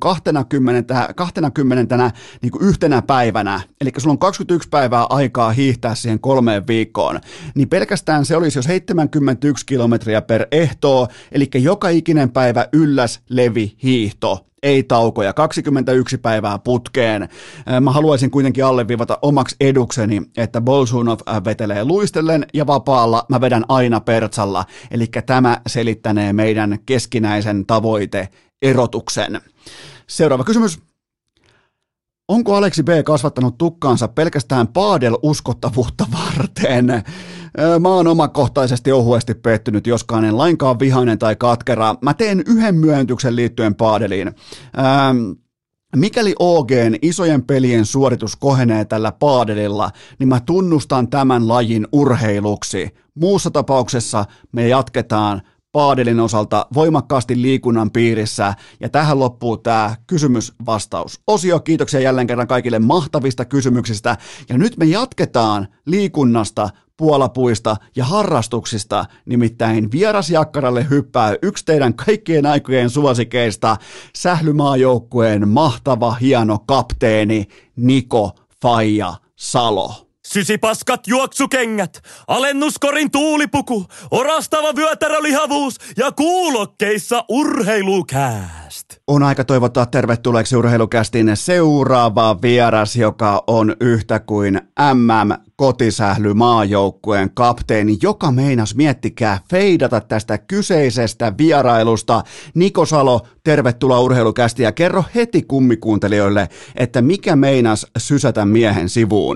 20 niin kuin yhtenä päivänä, eli sulla on 21 päivää aikaa hiihtää siihen 3 viikkoon, niin pelkästään se olisi jo 71 kilometriä per per ehtoo, eli joka ikinen päivä ylläs, levi, hiihto. Ei taukoja, 21 päivää putkeen. Mä haluaisin kuitenkin alleviivata omaksi edukseni, että Bolsunov vetelee luistellen ja vapaalla mä vedän aina pertsalla. Eli tämä selittänee meidän keskinäisen tavoiteerotuksen. Seuraava kysymys. Onko Aleksi B. kasvattanut tukkaansa pelkästään paadel-uskottavuutta varten? Mä oon omakohtaisesti ohuesti pettynyt, joskaan en lainkaan vihainen tai katkera. Mä teen yhden myönnytyksen liittyen paadeliin. Mikäli OGn isojen pelien suoritus kohenee tällä paadelilla, niin mä tunnustan tämän lajin urheiluksi. Muussa tapauksessa me jatketaan paadelin osalta voimakkaasti liikunnan piirissä, ja tähän loppuu tämä kysymys-vastaus-osio. Kiitoksia jälleen kerran kaikille mahtavista kysymyksistä, ja nyt me jatketaan liikunnasta, puolapuista ja harrastuksista, nimittäin vierasjakkaralle hyppää yksi teidän kaikkien aikojen suosikeista, sählymaajoukkueen mahtava, hieno kapteeni Niko Faija Salo. Sysipaskat juoksukengät, alennuskorin tuulipuku, orastava vyötärölihavuus ja kuulokkeissa urheilukääst. On aika toivottaa tervetulleeksi urheilukästin seuraava vieras, joka on yhtä kuin MM-kotisählymaajoukkueen kapteeni, joka meinas, miettikää, feidata tästä kyseisestä vierailusta. Niko Salo, tervetuloa urheilukästiin ja kerro heti kummikuuntelijoille, että mikä meinas sysätä miehen sivuun.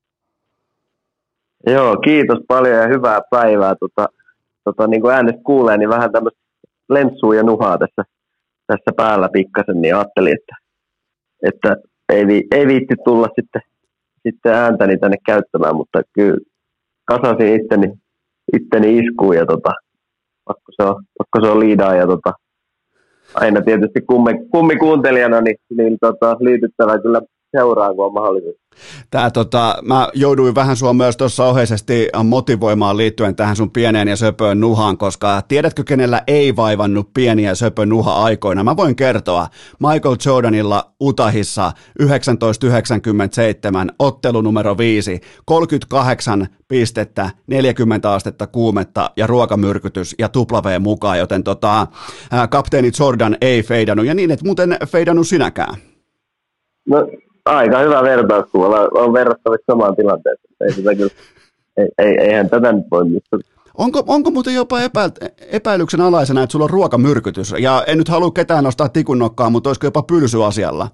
Joo, kiitos paljon ja hyvää päivää. Niin kuin äänestä kuulee, niin vähän tämmöistä lentsua ja nuhaa tässä päällä pikkasen, niin ajattelin, että ei viitti tulla sitten ääntäni tänne käyttämään, mutta kyllä kasasin itteni iskuun ja pakko se on liidaa ja aina tietysti kummikuuntelijana niin liityttävä kyllä seuraan, kun on mahdollisuus. Mä jouduin vähän sua myös tuossa oheisesti motivoimaan liittyen tähän sun pieneen ja söpöön nuhaan, koska tiedätkö, kenellä ei vaivannut pieniä ja söpö nuha aikoina? Mä voin kertoa. Michael Jordanilla Utahissa 1997, ottelu numero 5, 38 pistettä, 40 astetta kuumetta ja ruokamyrkytys ja W mukaan, joten kapteeni Jordan ei feidannut, ja niin et muuten feidannut sinäkään. No, aika hyvä vertaus, kun on verrattavissa samaan tilanteeseen. Eihän tätä nyt voi mistä. Onko muuten jopa epäilyksen alaisena, että sulla on ruokamyrkytys? Ja en nyt halua ketään nostaa tikun nokkaan, mutta olisiko jopa pylsy asialla?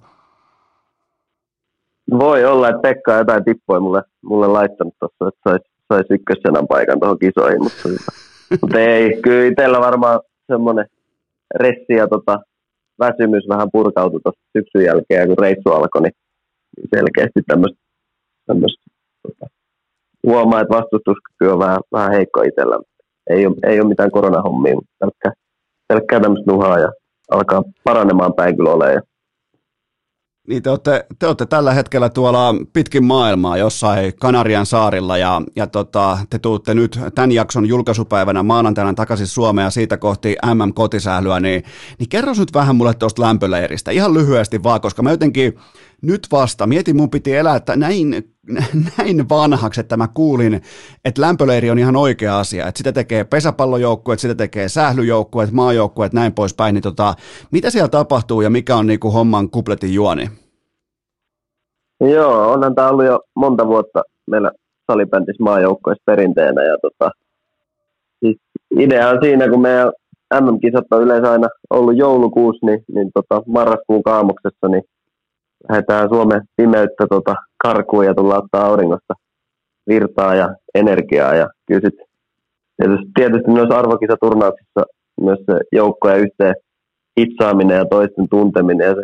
Voi olla, että Pekka jotain tippoi mulle laittanut tuossa, että sais ykkössenan paikan tuohon kisoihin. Mutta ei, kyllä itsellä varmaan semmoinen ressi ja väsymys vähän purkautui tuossa syksyn jälkeen, ja kun reissu alkoi, niin selkeästi tämmöistä huomaa, että vastustuskyky on vähän heikko itsellä. Ei ole mitään koronahommia, mutta pelkkää tämmöistä nuhaa ja alkaa paranemaan päin kyllä olemaan. Niin te olette tällä hetkellä tuolla pitkin maailmaa jossain Kanarian saarilla ja te tuutte nyt tämän jakson julkaisupäivänä maanantaina takaisin Suomeen ja siitä kohti MM-kotisählyä, niin kerros nyt vähän mulle tuosta lämpöleiristä, ihan lyhyesti vaan, koska mä jotenkin nyt vasta mietin, mun piti elää että näin vanhaksi, että mä kuulin, että lämpöleiri on ihan oikea asia, että sitä tekee pesäpallojoukkueet, sitä tekee sählyjoukkueet, maajoukkueet, näin poispäin, niin mitä siellä tapahtuu ja mikä on niinku homman kupletin juoni? Joo, onhan tämä ollut jo monta vuotta meillä salibändissä maajoukkueessa perinteenä ja siis idea on siinä, kun meidän MM-kisat on yleensä aina ollut joulukuussa, niin marraskuun kaamoksessa, niin lähdetään Suomen pimeyttä karkuun ja tullaan ottaa auringosta virtaa ja energiaa. Ja kyllä tietysti noissa arvokisaturnauksissa myös se joukkojen yhteen hitsaaminen ja toisten tunteminen ja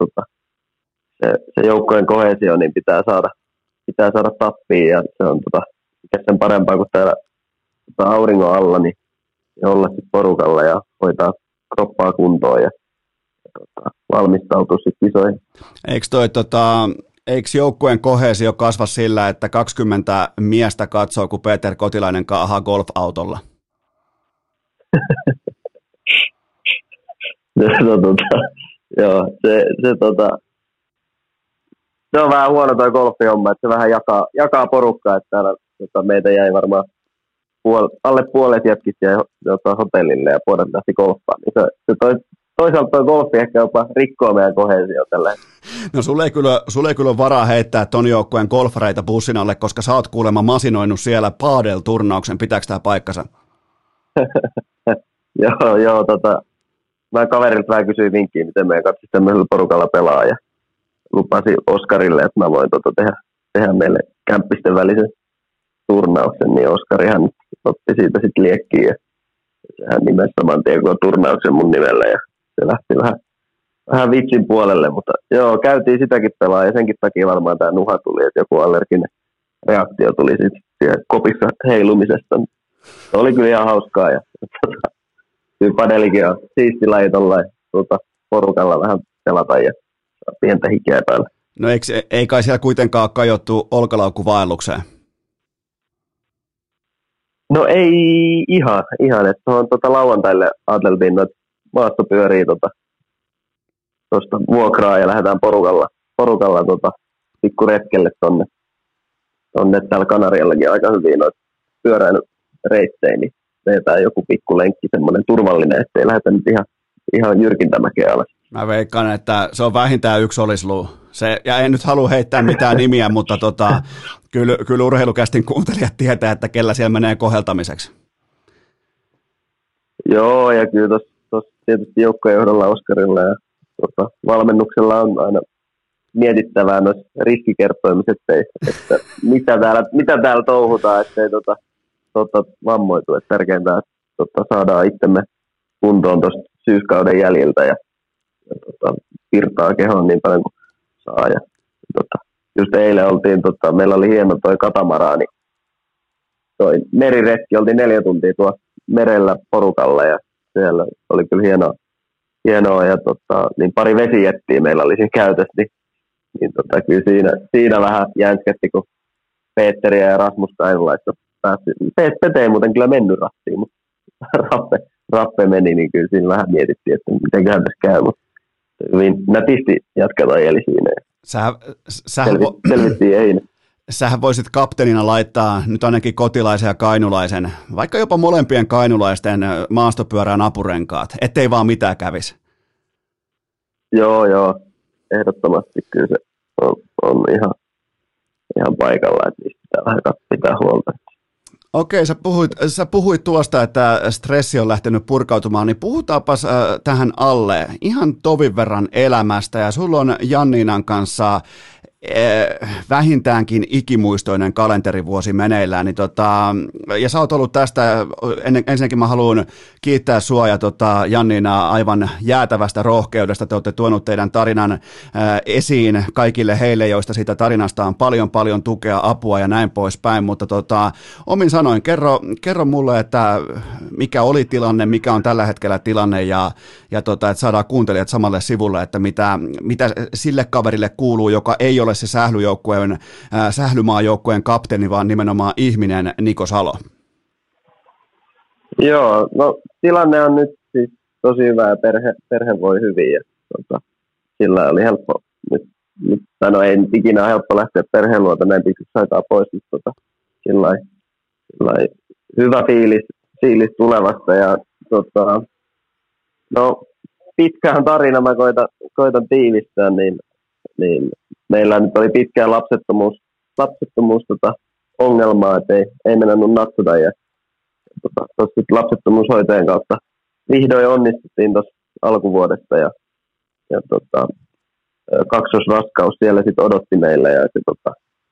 se joukkojen koheesio niin pitää saada tappiin ja se on sen parempaa kuin täällä auringon alla niin olla sitten porukalla ja hoitaa kroppaa kuntoon ja valmistautua sitten kisoihin. Eikö joukkueen koheesio kasva sillä, että 20 miestä katsoo, kun Peter Kotilainen kaahaa golfautolla? Joo, se on vähän huono toi golfihomma, että se vähän jakaa porukkaa, että täällä meitä jäi varmaan alle puolet jätkistä jäi hotellille ja puolet lähti golfaan. Niin toisaalta tuo golfi ehkä jopa rikkoo meidän koheesio tällä hetkellä. No sulle ei kyllä ole varaa heittää ton joukkueen golfareita bussin alle, koska sä oot kuulemma masinoinut siellä paadel-turnauksen. Pitääkö tää paikkansa? Joo, mä kaverilta vähän kysyin vinkkiä, miten meidän kanssa tämmöisellä porukalla pelaa ja lupasin Oskarille, että mä voin tehdä meille kämppisten välisen turnauksen, niin Oskarihan otti siitä sitten liekkiä ja sehän nimessä saman tien kuin turnauksen mun nimellä ja se lähti vähän vitsin puolelle, mutta joo, käytiin sitäkin pelaa ja senkin takia varmaan tämä nuha tuli, että joku allerginen reaktio tuli sitten kopissa heilumisesta. Se oli kyllä ihan hauskaa ja kyllä padelikin on siisti laji tollain porukalla vähän pelata ja pientä hikeä päällä. No ei kai siellä kuitenkaan kajottu olkalaukkuvaellukseen? No ei ihan että on lauantaille ajateltiin, että maasto pyörii tuosta vuokraa ja lähdetään porukalla pikkuretkelle tonne täällä Kanariallakin aika hyvin noita pyöräilyreittejä, niin teetään joku pikkulenkki, semmoinen turvallinen, ettei lähdetä nyt ihan jyrkintämäkeä alas. Mä veikkaan, että se on vähintään yksi olisluu. Ja en nyt halua heittää mitään nimiä, mutta kyllä urheilukästin kuuntelijat tietää, että kellä siellä menee koheltamiseksi. Joo, ja kyllä tuossa tietysti joukkojenjohdolla Oskarilla ja valmennuksella on aina mietittävää noissa riskikertoimiset, että mitä täällä touhutaan, ettei vammoitu. Että tärkeintä, että saadaan itsemme kuntoon tuosta syyskauden jäljiltä ja virtaa kehoon niin paljon kuin saa. Ja, just eilen oltiin, meillä oli hieno toi katamaraani, toi meriretki, oltiin 4 tuntia tuossa merellä porukalla ja siellä oli kyllä hienoa ja niin pari vesijettiä meillä oli siinä käytössä, niin kyllä siinä vähän jänsketti, kun Peetteriä ja Rasmus Kainulaista pääsi. Pete ei muuten kyllä mennyt rattiin, mutta Rappe meni, niin kyllä siinä vähän mietittiin, että mitenköhän tässä käy, mutta hyvin nätisti jatkata eli siinä. Selvittiin eilen. Sähän voisit kapteenina laittaa nyt ainakin Kotilaisen ja Kainulaisen, vaikka jopa molempien kainulaisten maastopyörään apurenkaat, ettei vaan mitään kävisi. Joo, ehdottomasti kyllä se on ihan paikalla, että niistä pitää vähän pitää huolta. Okei, sä puhuit tuosta, että stressi on lähtenyt purkautumaan, niin puhutaanpas tähän alle ihan tovin verran elämästä, ja sulla on Janniinan kanssa vähintäänkin ikimuistoinen kalenterivuosi meneillään, niin ja sä oot ollut tästä, ensinnäkin mä haluan kiittää sua ja Janniina aivan jäätävästä rohkeudesta, te olette tuonut teidän tarinan esiin kaikille heille, joista siitä tarinasta on paljon tukea, apua ja näin poispäin, mutta omin sanoin, kerro mulle, että mikä oli tilanne, mikä on tällä hetkellä tilanne ja että saadaan kuuntelijat samalle sivulle, että mitä sille kaverille kuuluu, joka ei ole se sählymaajoukkueen kapteeni, vaan nimenomaan ihminen Niko Salo. Joo, no tilanne on nyt siis tosi hyvä ja perhe voi hyvin ja sillä oli helppo ei ikinä ole helppo lähteä perheen luota näin pitkäksi aikaa pois, mutta sillä hyvä fiilis tulevasta ja no pitkään tarina mä koitan tiivistää, niin meillä nyt oli pitkään lapsettomuus ongelmaa, että ei mennä natsata ja tuossa lapsettomuushoitajan kautta vihdoin onnistuttiin tuossa alkuvuodesta ja kaksosraskaus siellä sitten odotti meillä ja se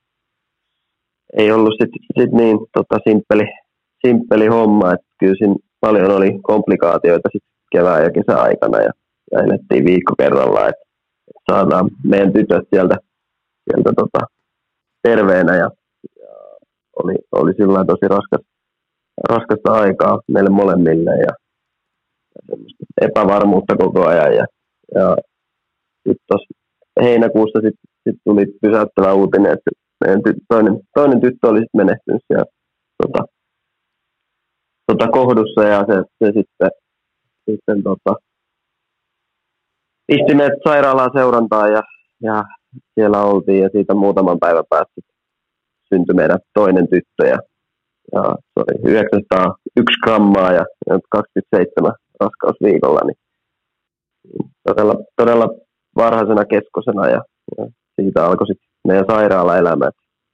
ei ollut sit niin simppeli homma, että kyllä siinä paljon oli komplikaatioita sit kevään ja kesäaikana ja elettiin viikko kerrallaan, että saadaan meidän tytöt sieltä terveenä ja oli sillä tosi raskasta aikaa meille molemmille ja epävarmuutta koko ajan ja sitten tuossa heinäkuussa sit tuli pysäyttävä uutinen, että meidän toinen tyttö oli sitten menehtynyt siellä kohdussa ja se sitten pisti meidät sairaalaan seurantaan ja siellä oltiin ja siitä muutaman päivän päästä syntyi meidän toinen tyttö ja ja se oli 901 grammaa ja 27 raskausviikolla, niin todella varhaisena keskosena ja siitä alkoi sitten meidän sairaalaelämä.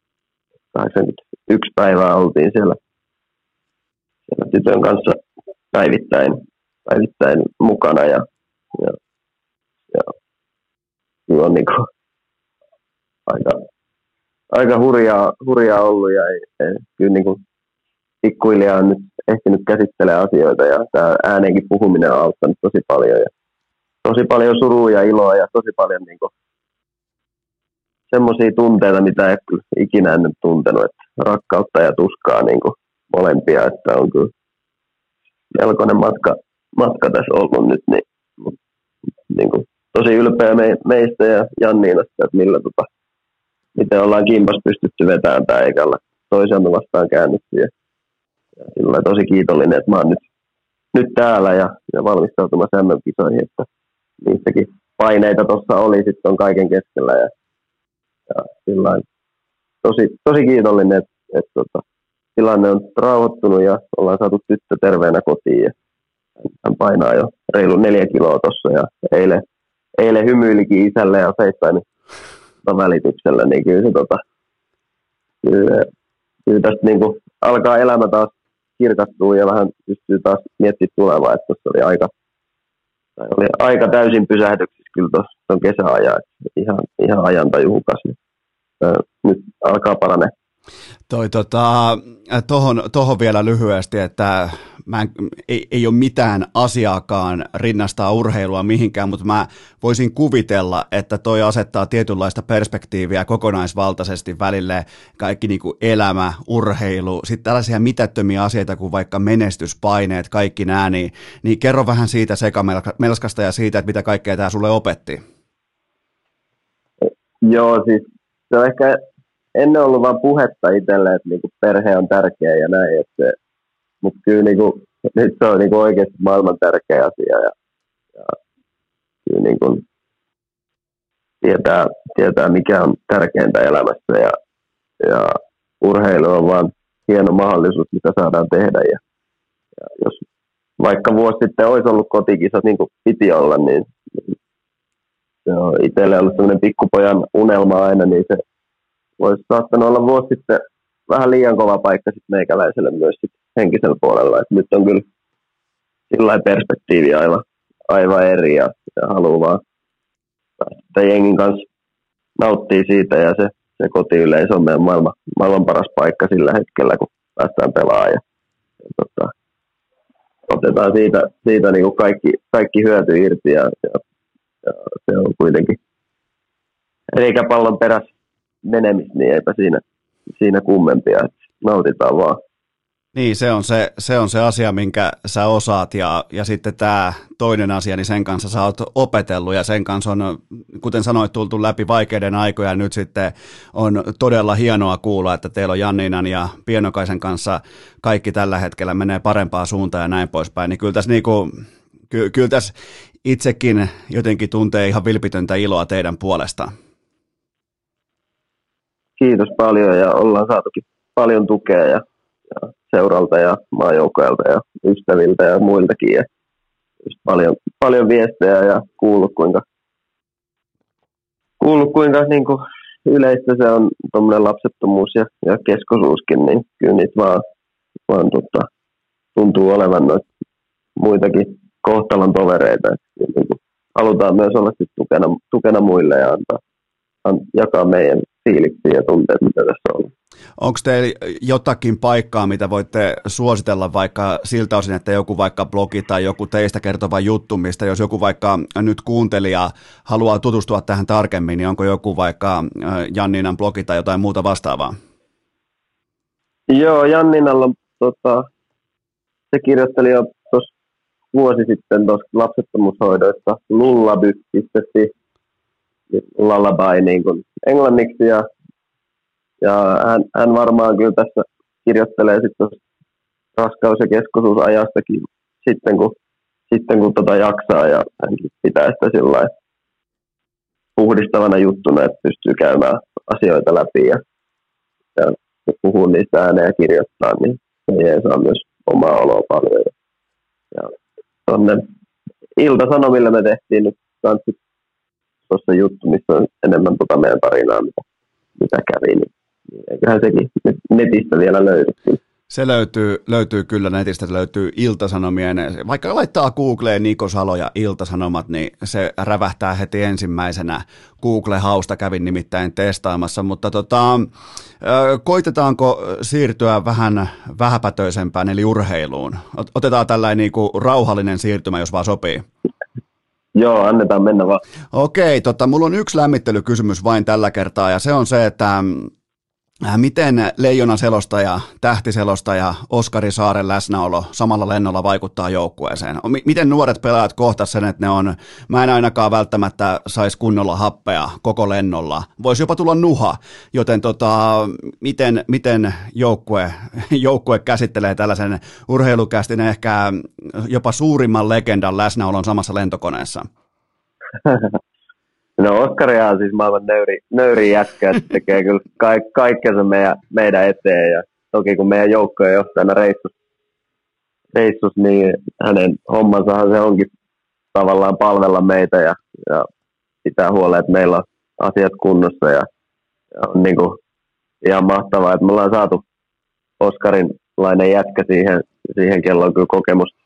81 päivää oltiin siellä tytön kanssa päivittäin mukana ja kyllä on niinku aika hurjaa ollut ja kyllä niinku pikkuhiljaa on nyt ehtinyt käsittelemään asioita ja tämä ääneenkin puhuminen on auttanut tosi paljon ja tosi paljon surua ja iloa ja tosi paljon niinku semmoisia tunteita, mitä ei kyllä ikinä ennen tuntenut, että rakkautta ja tuskaa niinku molempia, että on kyllä melkoinen matka tässä ollut nyt, niin kuin, tosi ylpeä meistä ja Janniinasta, että miten ollaan kimpas pystytty vetämään tämä eikä olla toisiamme vastaan käännytty. Ja sillä tosi kiitollinen, että mä oon nyt täällä ja valmistautumassa MM-kisoihin, että niissäkin paineita tuossa oli sitten on kaiken keskellä ja sillä tosi kiitollinen, että tilanne on rauhoittunut ja ollaan saatu tyttö terveenä kotiin ja hän painaa jo reilu 4 kiloa tuossa ja eilen hymyilikin isälle ja FaceTime välityksellä, niin kyllä tästä niin kuin alkaa elämä taas kirkastua ja vähän pystyy taas miettimään tulevaa, että tuossa oli aika täysin pysähdyksissä kyllä tuon kesäajan, ihan ajantaju hukas. Nyt alkaa paranee. Tohon vielä lyhyesti, että ei ole mitään asiaakaan rinnastaa urheilua mihinkään, mutta mä voisin kuvitella, että toi asettaa tietynlaista perspektiiviä kokonaisvaltaisesti välille kaikki niin kuin elämä, urheilu, sitten tällaisia mitättömiä asioita kuin vaikka menestyspaineet, kaikki nämä, niin kerro vähän siitä sekamelskasta ja siitä, että mitä kaikkea tämä sulle opetti. Joo, siis se on ehkä ennen ollut vaan puhetta itselle, että niinku perhe on tärkeä ja näin, mutta kyllä niinku, nyt se on niinku oikeasti maailman tärkeä asia ja kyllä niinku tietää mikä on tärkeintä elämässä ja urheilu on vaan hieno mahdollisuus, mitä saadaan tehdä ja jos vaikka vuosi sitten olisi ollut kotikisat niin kuin piti olla, niin se on itselle ollut sellainen pikkupojan unelma aina, niin se olisi saattanut olla vuosi sitten vähän liian kova paikka sitten meikäläiselle myös sit henkisellä puolella. Et nyt on kyllä sillä perspektiivi aivan eri ja haluaa vaan jengin kanssa nauttii siitä ja se kotiyleisö on meidän maailman paras paikka sillä hetkellä, kun päästään pelaamaan ja otetaan siitä niin kuin kaikki hyöty irti ja se on kuitenkin reikäpallon perässä menemistä, niin eipä siinä kummempia, että nautitaan vaan. Niin, se on se asia, minkä sä osaat ja sitten tämä toinen asia, niin sen kanssa sä oot opetellut ja sen kanssa on, kuten sanoit, tultu läpi vaikeiden aikoja ja nyt sitten on todella hienoa kuulla, että teillä on Janninan ja Pienokaisen kanssa kaikki tällä hetkellä menee parempaa suuntaan ja näin poispäin, niin kyllä tässä itsekin jotenkin tuntee ihan vilpitöntä iloa teidän puolestaan. Kiitos paljon ja ollaan saatukin paljon tukea ja seuralta ja maajoukkoilta ja ystäviltä ja muiltakin ja paljon viestejä ja kuullut kuinka niin kuin yleistä se on tuommoinen lapsettomuus ja keskosuuskin, niin kyllä niitä vaan tuntuu olevan noita muitakin kohtalon tovereita. Niin kuin halutaan myös olla tukena muille ja jakaa meidän fiiliksiä ja tunteet, mitä tässä on. Onko teillä jotakin paikkaa, mitä voitte suositella vaikka siltä osin, että joku vaikka blogi tai joku teistä kertova juttu, mistä jos joku vaikka nyt kuuntelija haluaa tutustua tähän tarkemmin, niin onko joku vaikka Janninan blogi tai jotain muuta vastaavaa? Joo, Janninalla on, se kirjoitteli jo tuossa vuosi sitten tuossa lapsettomuushoidoista lullaby.fi, lullaby niin kuin englanniksi ja hän varmaan kyllä tässä kirjoittelee sitten raskaus- ja keskosuusajastakin sitten kun jaksaa ja hän pitää sitä sillä puhdistavana juttuna, että pystyy käymään asioita läpi ja puhua niistä ääneen ja kirjoittaa, niin se saa myös omaa oloa paljon. Ja tuonne Ilta-Sanomille me tehtiin nyt tuossa juttu, missä on enemmän meidän tarinaa, mitä kävi, niin eiköhän sekin netistä vielä löydy. Se löytyy kyllä netistä, se löytyy Ilta-Sanomien, vaikka laittaa Googleen Niko Salo ja Ilta-Sanomat, niin se rävähtää heti ensimmäisenä. Google-hausta kävin nimittäin testaamassa, mutta koitetaanko siirtyä vähän vähäpätöisempään, eli urheiluun? Otetaan tällainen niin kuin rauhallinen siirtymä, jos vaan sopii. Joo, annetaan mennä vaan. Okei, mulla on yksi lämmittelykysymys vain tällä kertaa, ja se on se, että miten Leijona-selostaja, tähtiselostaja Oskari Saaren läsnäolo samalla lennolla vaikuttaa joukkueeseen? Miten nuoret pelaajat kohtas sen, että mä en ainakaan välttämättä saisi kunnolla happea koko lennolla. Voisi jopa tulla nuha, joten miten joukkue käsittelee tällaisen urheilukästin ehkä jopa suurimman legendan läsnäolon samassa lentokoneessa? No Oskarihan on siis maailman nöyri jätkä, että tekee kyllä kaikkensa meidän eteen. Ja toki kun meidän joukkojen johtajana reissus, niin hänen hommansahan se onkin tavallaan palvella meitä ja pitää huolen, että meillä on asiat kunnossa. Ja on niin kuin ihan mahtavaa, että me ollaan saatu Oskarinlainen jätkä siihen kelloon kyllä kokemusta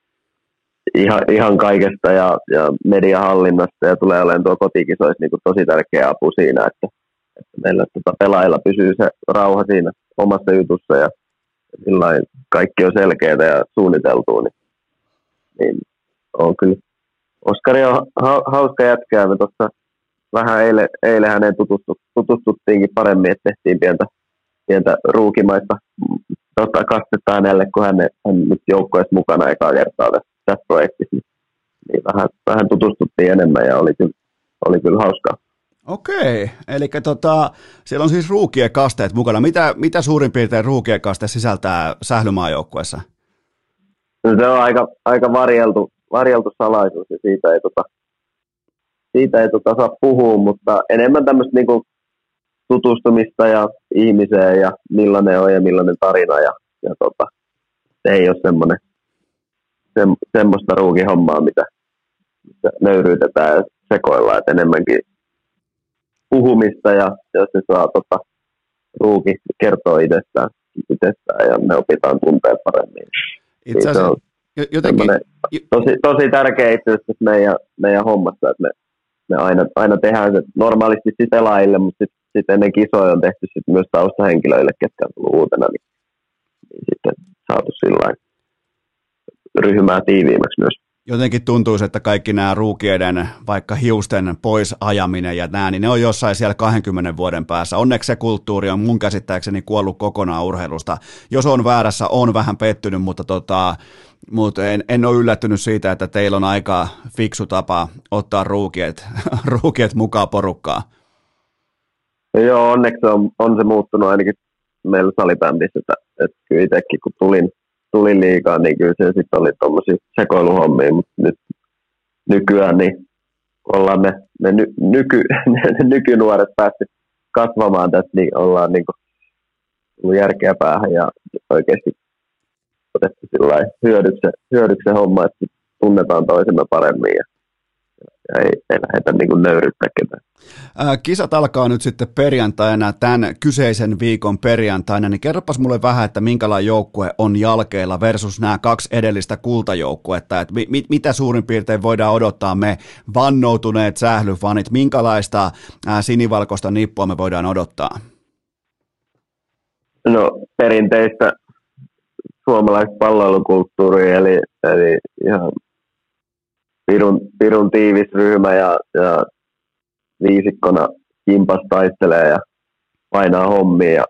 ihan kaikesta ja mediahallinnasta ja tulee olemaan tuo kotikisoissa niin tosi tärkeä apu siinä, että meillä pelaajilla pysyy se rauha siinä omassa jutussa ja sillain kaikki on selkeää ja suunniteltua, niin on kyllä. Oskari on hauska jätkää, me tuossa vähän eilen häneen tutustuttiinkin paremmin, että tehtiin pientä ruukimaista kastetta hänelle, kun hän nyt joukkoessa mukana ekaa kertaa tässä projektissa, niin vähän tutustuttiin enemmän ja oli kyllä hauskaa. Okei, eli siellä on siis ruukien kasteet mukana. Mitä suurin piirtein ruukien kaste sisältää sählymaajoukkueessa? No se on aika varjeltu salaisuus ja siitä ei saa puhua, mutta enemmän tämmöistä niinku tutustumista ja ihmiseen ja millainen on ja millainen tarina ja se ei ole semmoista ruukihommaa, mitä nöyryytetään ja sekoillaan, että enemmänkin puhumista ja jos se saa ruuki kertoo itsestään ja me opitaan tuntea paremmin. Itse asiassa jotenkin tosi tärkeä itse asiassa meidän hommassa, että me aina tehdään se normaalisti pelaajille, mutta sitten ennen kisoja on tehty sit myös taustahenkilöille, ketkä on tullut uutena, niin sitten saatu sillain ryhmää tiiviimmäksi myös. Jotenkin tuntuisi, että kaikki nämä ruukieiden, vaikka hiusten pois ajaminen ja nämä, niin ne on jossain siellä 20 vuoden päässä. Onneksi se kulttuuri on mun käsittääkseni kuollut kokonaan urheilusta. Jos on väärässä, on vähän pettynyt, mutta en ole yllättynyt siitä, että teillä on aika fiksu tapa ottaa ruukiet mukaan porukkaan. Joo, onneksi on se muuttunut ainakin meillä salibändissä, että kyllä itsekin kun tulin liikaa, niin kyllä se sitten oli tuommoisia sekoiluhommia, mutta nyt nykyään niin ollaan me nykynuoret päästy kasvamaan tässä, niin ollaan niin kuin tullut järkeä päähän ja oikeasti otettu hyödyksen homma, että tunnetaan toisemme paremmin ja ei lähdetä niin kuin nöyryttää ketään. Kisat alkaa nyt sitten perjantaina, tämän kyseisen viikon perjantaina, niin kerropas mulle vähän, että minkälainen joukkue on jalkeilla versus nämä kaksi edellistä kultajoukkuetta, että mitä suurin piirtein voidaan odottaa me vannoutuneet sählyfanit, minkälaista sinivalkoista nippua me voidaan odottaa? No perinteistä suomalaista palloilukulttuuria, eli ihan pirun tiivis ryhmä ja viisikkona kimpas taistelee ja painaa hommia.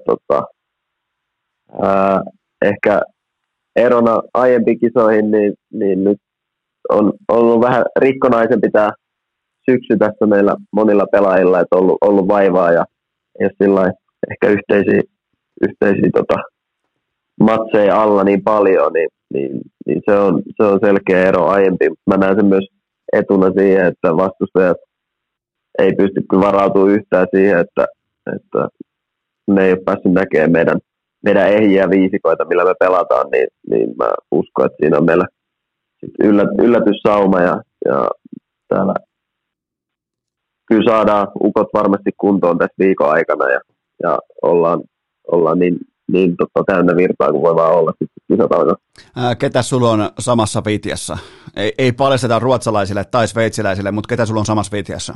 Ehkä erona aiempiin kisoihin, niin nyt on ollut vähän rikkonaisempi tämä syksy tässä meillä monilla pelaajilla, että on ollut vaivaa ja ei ole sillain ehkä yhteisiä matseja alla niin paljon, niin se on selkeä ero aiempiin. Mä näen sen myös etuna siihen, että vastustajat ei pysty kyllä varautumaan yhtään siihen, että ne ei ole päässyt näkemään meidän ehjiä viisikoita, millä me pelataan, niin mä uskon, että siinä on meillä yllätyssauma ja täällä kyllä saadaan ukot varmasti kuntoon tässä viikon aikana ja ollaan niin täynnä virtaa kuin voi vaan olla sitten kisat alkaa. Ketä sulla on samassa vitjassa? Ei paljasteta ruotsalaisille tai sveitsiläisille, mutta ketä sulla on samassa vitjassa?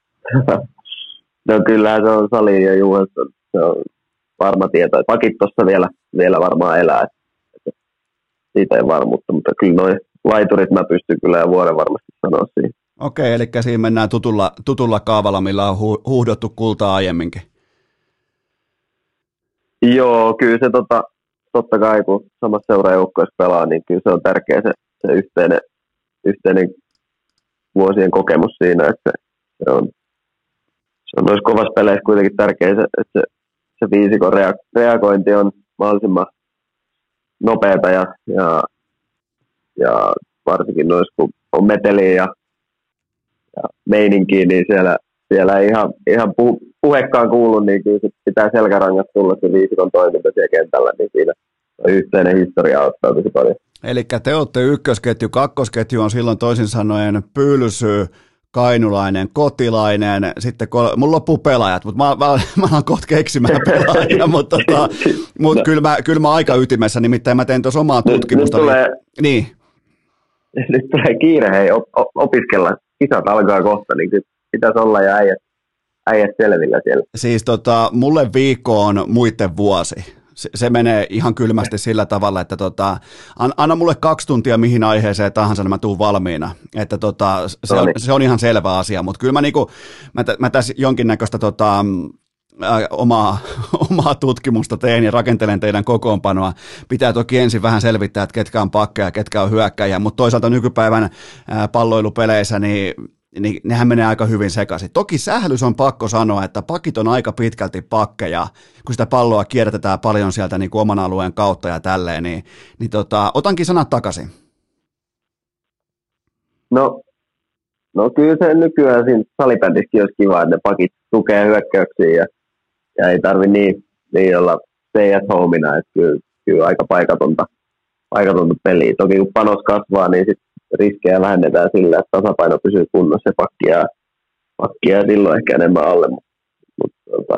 No kyllähän se on Sali ja Johansson. Se on varma tieto. Pakit tuossa vielä varmaan elää. Siitä ei varmuutta, mutta kyllä noi laiturit mä pystyn kyllä jo vuoden varmasti sanoa siihen. Okei, eli siinä mennään tutulla kaavalla, millä on huuhdottu kultaa aiemminkin. Joo, kyllä se totta kai kun samassa seuraajoukkoissa pelaa, niin kyllä se on tärkeä se yhteinen vuosien kokemus siinä, että se on noissa kovassa peleissä kuitenkin tärkeä, että se viisikon reagointi on mahdollisimman nopeata ja varsinkin noissa kun on meteliä ja meininkiä, niin siellä ei ihan puhekkaan kuulu, niin kyllä se pitää selkärangasta tulla se viisikon toiminta siellä kentällä, niin siinä yhteinen historia auttaa tosi paljon. Eli te olette ykkösketju, kakkosketju on silloin toisin sanoen Pylsy, Kainulainen, Kotilainen, sitten mulla loppuu pelaajat, mutta mä alan kohta keksimään pelaajia, mutta kyllä mä aika ytimessä, nimittäin mä tein tuossa omaa tutkimusta. Nyt tulee kiire, hei, opiskella, kisat alkaa kohta, niin kyllä pitäisi olla ja äijät selvillä siellä. Siis mulle viikko on muitten vuosi. Se menee ihan kylmästi sillä tavalla, että anna mulle 2 tuntia mihin aiheeseen tahansa, niin mä tuun valmiina. Että se on ihan selvä asia, mutta kyllä mä tässä jonkinnäköistä omaa tutkimusta teen ja rakentelen teidän kokoonpanoa. Pitää toki ensin vähän selvittää, että ketkä on pakkeja, ketkä on hyökkäjiä, mutta toisaalta nykypäivän palloilupeleissä niin nehän menee aika hyvin sekaisin. Toki sählys on pakko sanoa, että pakit on aika pitkälti pakkeja, kun sitä palloa kierrätetään paljon sieltä niin kuin oman alueen kautta ja tälleen, niin otankin sanat takaisin. No kyllä se nykyään siinä salibändissäkin olisi kiva, että ne pakit tukee hyökkäyksiä ja ei tarvi niin olla stay at homeina, että kyllä aika paikatonta peliä. Toki kun panos kasvaa, niin sit riskejä vähennetään sillä, että tasapaino pysyy kunnossa ja pakkia silloin ehkä enemmän alle, mutta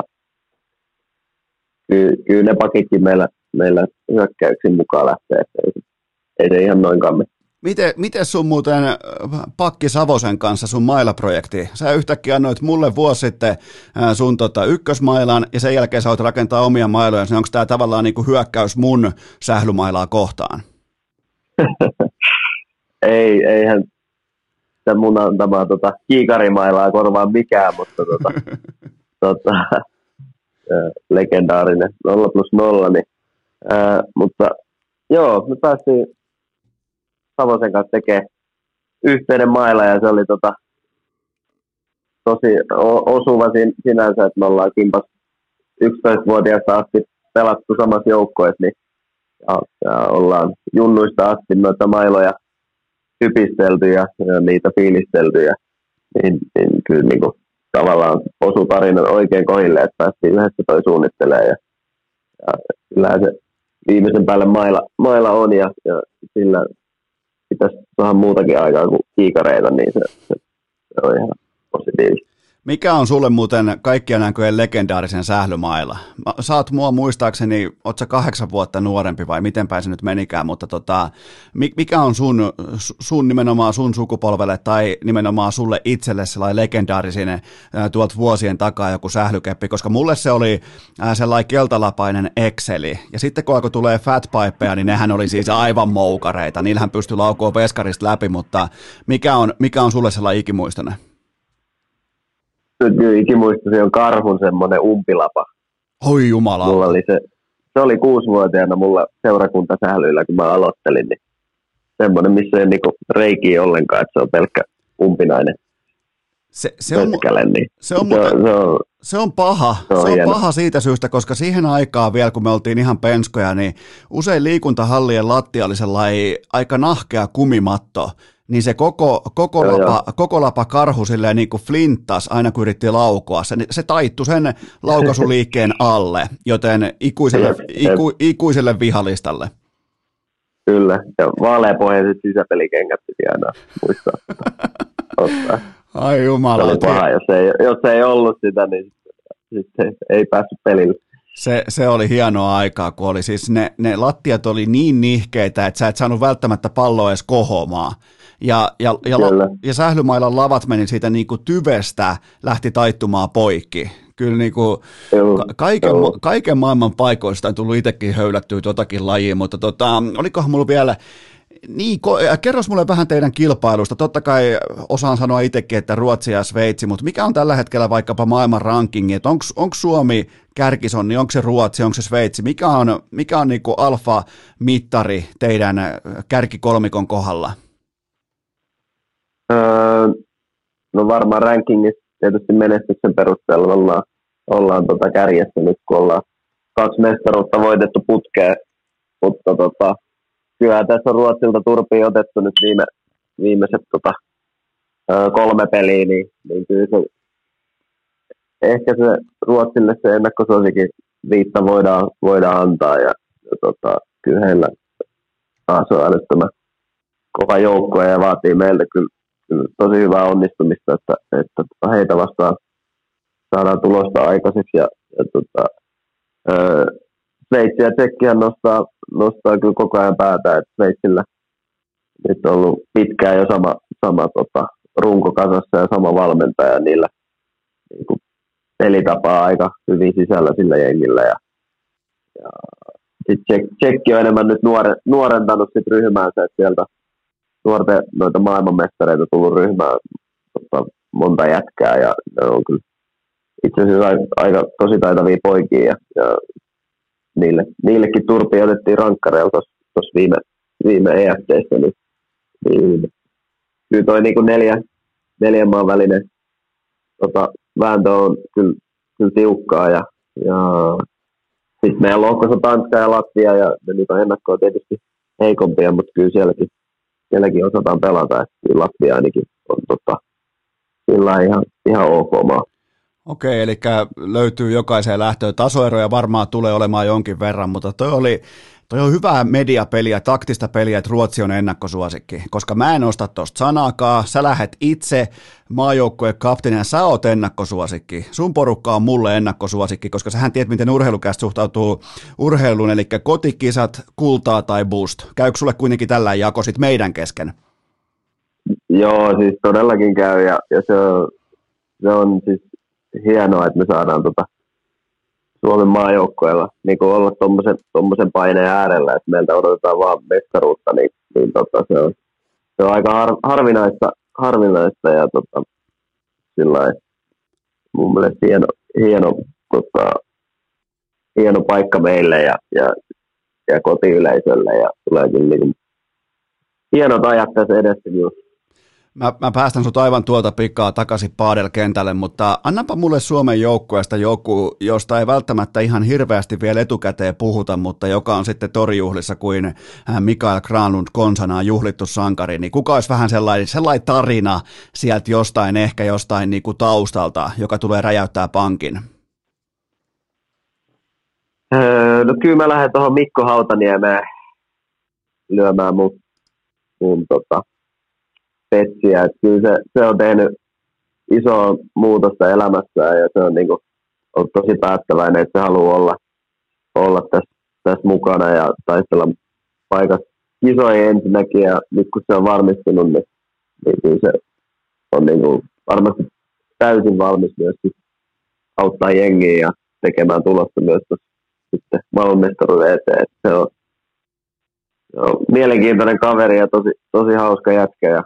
kyllä ne pakitkin meillä hyökkäyksin mukaan lähtee, että ei se ihan noinkaan mene. Miten sun muuten Pakki Savosen kanssa sun mailaprojekti? Sä yhtäkkiä annoit mulle vuosi sitten sun ykkösmailan ja sen jälkeen sä oot rakentaa omia mailoja. Onko tää tavallaan niinku hyökkäys mun sählymailaa kohtaan? Eihän sitä mun antamaa kiikarimailaa korvaa mikään, mutta legendaarinen 0+0. Niin, mutta joo, me päästiin Savosen kanssa tekemään yhteinen maila ja se oli tosi osuva sinänsä, että me ollaan kimpas 11-vuotiaasta asti pelattu samassa joukkoissa, niin ja ollaan junnuista asti noita mailoja hypistelty ja niitä fiilistelty ja niin kyllä niin kuin, tavallaan osui tarinan oikein kohille, että päästiin yhdessä toi suunnittelemaan ja kyllähän se viimeisen päälle maila on ja sillä pitäisi saada muutakin aikaa kuin kiikareita, niin se on ihan positiivista. Mikä on sulle muuten kaikkien näköjen legendaarisen sählymaila? Sä oot mua muistaakseni, oot sä 8 vuotta nuorempi vai mitenpä se nyt menikään, mutta mikä on sun nimenomaan sun sukupolvelle tai nimenomaan sulle itselle sellainen legendaarisin tuolta vuosien takaa joku sählykeppi, koska mulle se oli sellainen keltalapainen Exceli ja sitten kun alkoi tulee fatpipeja, niin nehän oli siis aivan moukareita, niillähän pystyi laukua veskarista läpi, mutta mikä on sulle sellainen ikimuistoinen? Kyllä ikimuistosi on Karhun semmoinen umpilapa. Oi jumala. Mulla oli se oli 6-vuotiaana mulla seurakuntasählyillä, kun mä aloittelin, niin semmoinen, missä ei niinku reikiä ollenkaan, että se on pelkkä umpinainen. Se on paha. Se on paha siitä syystä, koska siihen aikaan vielä, kun me oltiin ihan penskoja, niin usein liikuntahallien lattia oli sellainen aika nahkea kumimatto, niin se koko lapa karhu silleen niin kuin flinttas aina kun yritti laukoa. Se taittui sen laukaisuliikkeen alle, joten ikuiselle vihalistalle. Kyllä, ja vaaleapohjaiset sisäpelikengät piti aina muistaa ottaa. Ai jumala. Se oli paha, jos ei ollut sitä, niin sitten ei päässyt pelille. Se oli hienoa aikaa, kun oli siis ne lattiat oli niin nihkeitä, että sä et saanut välttämättä palloa edes kohomaan. Ja sählymailan lavat meni siitä niinku tyvestä, lähti taittumaan poikki. Kyllä niinku kaiken maailman paikoista on tullut itsekin höylättyä totakin lajia, mutta olikohan mulla vielä... Niin, kerros mulle vähän teidän kilpailusta. Totta kai osaan sanoa itsekin, että Ruotsi ja Sveitsi, mutta mikä on tällä hetkellä vaikkapa maailman rankingi? Onko Suomi kärkisonni, onko se Ruotsi, onko se Sveitsi? Mikä on niinku alfa-mittari teidän kärkikolmikon kohdalla? No varmaan rankingissa tietysti menestyksen perusteella ollaan kärjessä nyt, kun ollaan 2 mestaruutta voitettu putkeen, mutta kyllä tässä on Ruotsilta turpiin otettu nyt viimeiset 3 peliä, niin kyllä se, ehkä se Ruotsille se ennakkosuosikin viitta voidaan antaa, ja kyllä heillä taas on älyttömän kova joukko ja vaatii meiltä kyllä tosi hyvää onnistumista, että heitä vastaan saadaan tulosta aikaiseksi, ja Sveitsi ja Tsekkihän nostaa kyllä koko ajan päätä, että Sveitsillä nyt on ollut pitkään jo sama runko kasassa ja sama valmentaja, niillä niin kuin pelitapaa aika hyvin sisällä sillä jengillä, ja sitten Tsekki on enemmän nyt nuorentanut sit ryhmäänsä, että sieltä nuorten noita maailmanmestareita tullut ryhmään monta jätkää, ja ne on kyllä itse asiassa aika tosi taitavia poikia, ja niillekin turpiin otettiin rankkareilla tuossa viime EFT:ssä, niin kyllä toi niinku 4 maan välinen vääntö on kyllä tiukkaa, ja sitten meidän lohkossa Tanska ja Latvia, ja nyt on ennakkoa tietysti heikompia, mutta kyllä sielläkin osataan pelata, että Latvia ainakin on sillä ihan ok maa. Okei, eli löytyy jokaiseen lähtöön. Tasoeroja varmaan tulee olemaan jonkin verran, mutta toi on hyvää mediapeliä, taktista peliä, että Ruotsi on ennakkosuosikki, koska mä en osta tosta sanaakaan. Sä lähet itse maajoukkueen kapteeni ja sä oot ennakkosuosikki. Sun porukka on mulle ennakkosuosikki, koska sähän tiedät, miten urheilukästä suhtautuu urheiluun, eli kotikisat, kultaa tai boost. Käykö sulle kuitenkin tällä jako sit meidän kesken? Joo, siis todellakin käy, ja se on siis hienoa, että me saadaan Suomen maajoukkoilla niin olla tommosen paineen äärellä, että meiltä odotetaan vaan mestaruutta, niin se on aika harvinaista ja sillain mun mielestä hieno paikka meille ja kotiyleisölle, ja tulee kyllä niin hienot ajat tässä edessä just. Mä päästän sut aivan tuolta pikaa takaisin paadelkentälle, mutta annapa mulle Suomen joukkueesta joku, josta ei välttämättä ihan hirveästi vielä etukäteen puhuta, mutta joka on sitten torijuhlissa kuin Mikael Granlund konsanaan juhlittu sankari, niin kuka olisi vähän sellainen tarina sieltä ehkä jostain niin kuin taustalta, joka tulee räjäyttää pankin? No kyllä mä lähden tuohon Mikko Hautaniemeen lyömään mun petsiä, että kyllä se on tehnyt isoa muutosta elämässään, ja se on niin kuin ollut tosi päättäväinen, että se haluaa olla tässä mukana ja taistella paikassa kisoihin ensinnäkin, ja nyt kun se on varmistunut, niin kyllä se on niin kuin varmasti täysin valmis myös auttaa jengiä ja tekemään tulosta myös sitten maailmanmestaruuden eteen. Se on mielenkiintoinen kaveri ja tosi hauska jätkä, ja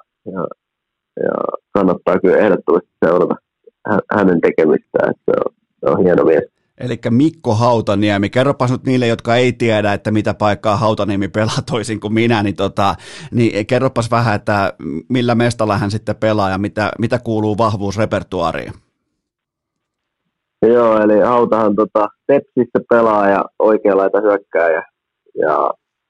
kannattaa kyllä ehdottomasti seurata hänen tekemistään, että se on hieno mies. Eli Mikko Hautaniemi, kerropas nyt niille, jotka ei tiedä, että mitä paikkaa Hautaniemi pelaa toisin kuin minä, niin kerropas vähän, että millä mestalla hän sitten pelaa ja mitä kuuluu vahvuusrepertuaariin. Joo, eli Hautahan Tepsissä pelaa ja oikea laita hyökkää ja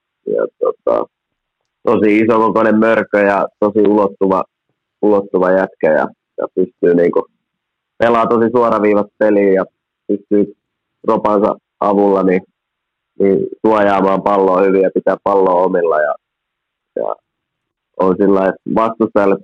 tosi isokokoinen mörkö ja tosi ulottuva jätkä ja pystyy niinku pelaa tosi suoraviivat peliä ja pystyy ropansa avulla niin suojaamaan palloa hyvin ja pitää palloa omilla ja on sillä vastustajalle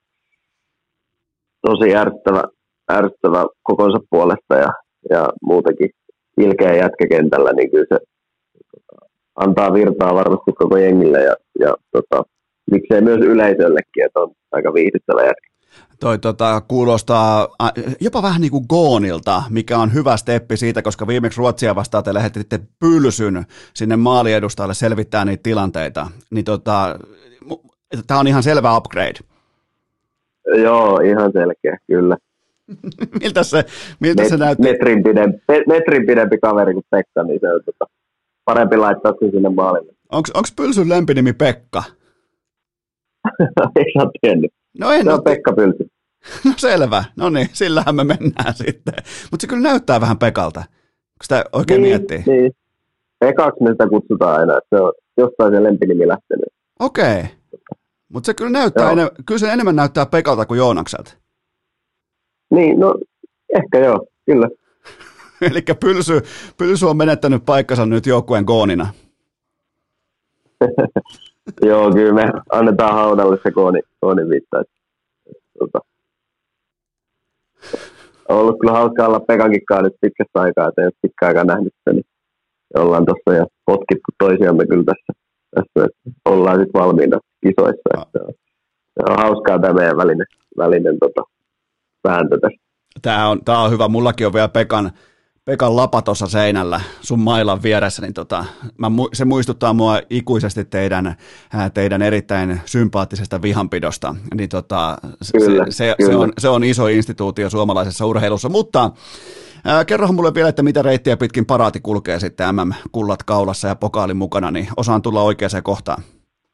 tosi ärsyttävä kokonsa puolesta ja muutenkin ilkeä jätkäkentällä, niin kyllä se antaa virtaa varmasti koko jengille ja miksei myös yleisöllekin, että on aika viihdyttävä jätkä. Toi kuulostaa jopa vähän niin kuin Goonilta, mikä on hyvä steppi siitä, koska viimeksi Ruotsia vastaan te lähetitte Pylsyn sinne maaliedustajalle selvittää niitä tilanteita. Niin tämä on ihan selvä upgrade. Joo, ihan selkeä, kyllä. miltä se näytti? Metrin pidempi kaveri kuin Pekka, niin se on parempi laittaa sen sinne maalille. Onko Pylsyn lempinimi Pekka? Ei saa tiennyt. No en se on Pekka Pylsy. No selvä, no niin, sillähän me mennään sitten. Mutta se kyllä näyttää vähän Pekalta, kun sitä oikein miettii. Niin. Pekaksi me sitä kutsutaan aina, että se on jostain se lempinimi lähtenyt. Okei, mutta se kyllä näyttää, kyllä se enemmän näyttää Pekalta kuin Joonakselta. Niin, no ehkä joo, kyllä. Eli Pylsy on menettänyt paikkansa nyt joukkueen Goonina. Joo, kyllä me annetaan Haudalle se Goonin viitta. On ollut kyllä hauska olla Pekankin kanssa nyt pitkästä aikaa, että ei ole pitkään aikaa nähnyt sitä, niin ollaan tuossa ja potkittu toisiamme kyllä tässä että ollaan sitten valmiina kisoissa. Se on hauskaa tämä meidän välinen vääntö tässä. Tämä on hyvä. Mullakin on vielä Pekan lapa tuossa seinällä sun mailan vieressä, niin se muistuttaa mua ikuisesti teidän erittäin sympaattisesta vihanpidosta. Niin kyllä. Se on iso instituutio suomalaisessa urheilussa, mutta kerrohan mulle vielä, että mitä reittiä pitkin paraati kulkee sitten MM-kullat kaulassa ja pokaalin mukana, niin osaan tulla oikeaan kohtaan.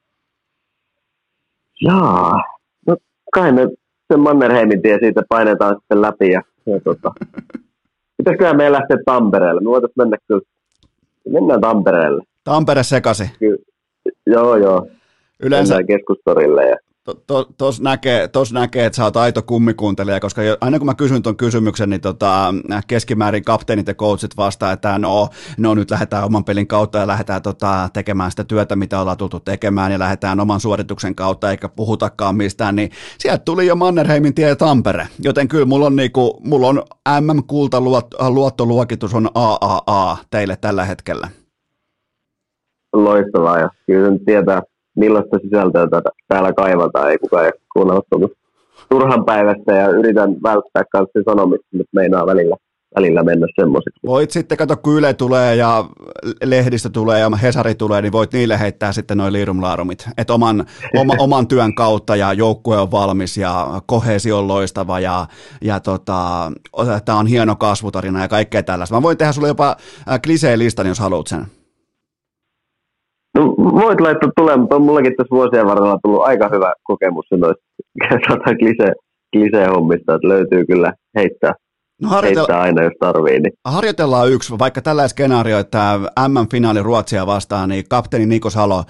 Jaa, no kai me sen Mannerheimin tie siitä painetaan sitten läpi ja pitäisiköhän meidän lähteä Tampereelle? Me voitaisiin mennä kyllä. Mennään Tampereelle. Tampere sekasi. Kyllä. Joo. Yleensä mennään keskustorille. Ja Tuossa näkee, että sä oot aito kummikuuntelija, koska aina kun mä kysyn ton kysymyksen, niin keskimäärin kapteenit ja coachit vastaa, että no nyt lähdetään oman pelin kautta ja lähdetään tekemään sitä työtä, mitä ollaan tultu tekemään ja lähdetään oman suorituksen kautta eikä puhutakaan mistään, niin sieltä tuli jo Mannerheimin tie Tampere, joten kyllä mulla on MM-kulta luottoluokitus on AAA teille tällä hetkellä. Loistavaa ja kyllä nyt tietää, millaista sisältöä täällä kaivataan, ei kukaan kuunnella turhan päivästä ja yritän välttää kanssa sanomista, mutta meinaa välillä mennä semmoiseksi. Voit sitten, kato kun Yle tulee ja lehdistö tulee ja Hesari tulee, niin voit niille heittää sitten noin liirumlaarumit, että oman työn kautta ja joukkue on valmis ja koheesio on loistava ja tämä on hieno kasvutarina ja kaikkea tällaista. Mä voin tehdä sulle jopa klisee-listan, jos haluat sen. No, voit laittaa tulemaan, mutta on mullakin tässä vuosien varrella tullut aika hyvä kokemus noista klisee-hommista, että löytyy kyllä heittää aina, jos tarvii. Niin. Harjoitellaan yksi, vaikka tällainen skenaario, että MM-finaali Ruotsia vastaan, niin kapteeni Niko Salo,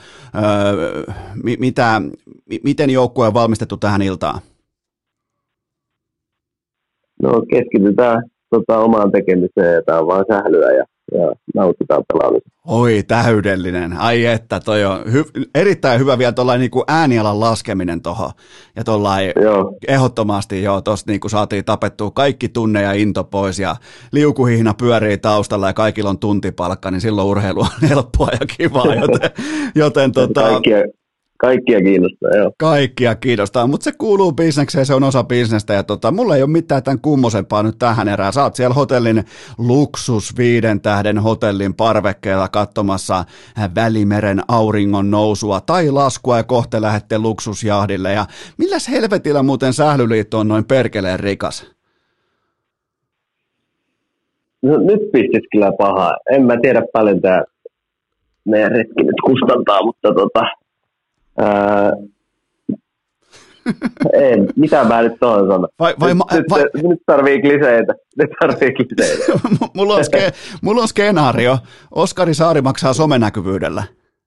miten joukkue on valmistettu tähän iltaan? No keskitytään omaan tekemiseen, ja tämä on vaan sählyä ja nautitaan pelaamista. Oi, täydellinen. Ai että, toi on erittäin hyvä vielä tuollainen niin kuin äänialan laskeminen tuohon. Ja tuollainen ehdottomasti tuosta niin kuin saatiin tapettua kaikki tunne ja into pois ja liukuhihna pyörii taustalla ja kaikilla on tuntipalkka, niin silloin urheilu on helppoa ja kivaa. Joten Kaikkia kiinnostaa, joo. Kaikkia kiinnostaa, mutta se kuuluu bisnekseen, se on osa bisnestä ja mulla ei ole mitään tämän kummosempaa nyt tähän erään. Sä oot siellä hotellin luksus 5 tähden hotellin parvekkeella katsomassa Välimeren auringon nousua tai laskua ja kohta lähdette luksusjahdille. Ja milläs helvetillä muuten Sählyliitto on noin perkeleen rikas? No, nyt pistis kyllä pahaa. En mä tiedä paljon tää meidän retki nyt kustantaa, mutta ei, mitä mä nyt tuohon sanon. Nyt tarvii kliseitä. Mulla on skenaario. Oskari Saari maksaa somenäkyvyydellä.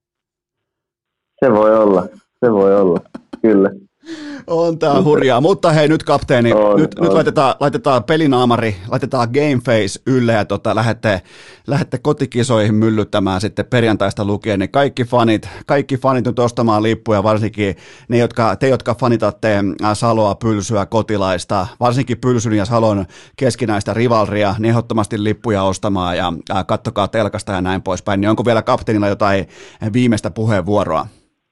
Se voi olla, kyllä. On tää hurjaa, mutta hei nyt kapteeni, nyt laitetaan pelinaamari, laitetaan gameface ylle ja lähdette kotikisoihin myllyttämään sitten perjantaista lukien, niin kaikki fanit nyt ostamaan lippuja, varsinkin te, jotka fanitatte Saloa, Pylsyä, Kotilaista, varsinkin Pylsyn ja Salon keskinäistä rivalria, niin ehdottomasti lippuja ostamaan ja kattokaa telkasta ja näin poispäin, niin onko vielä kapteenilla jotain viimeistä puheenvuoroa?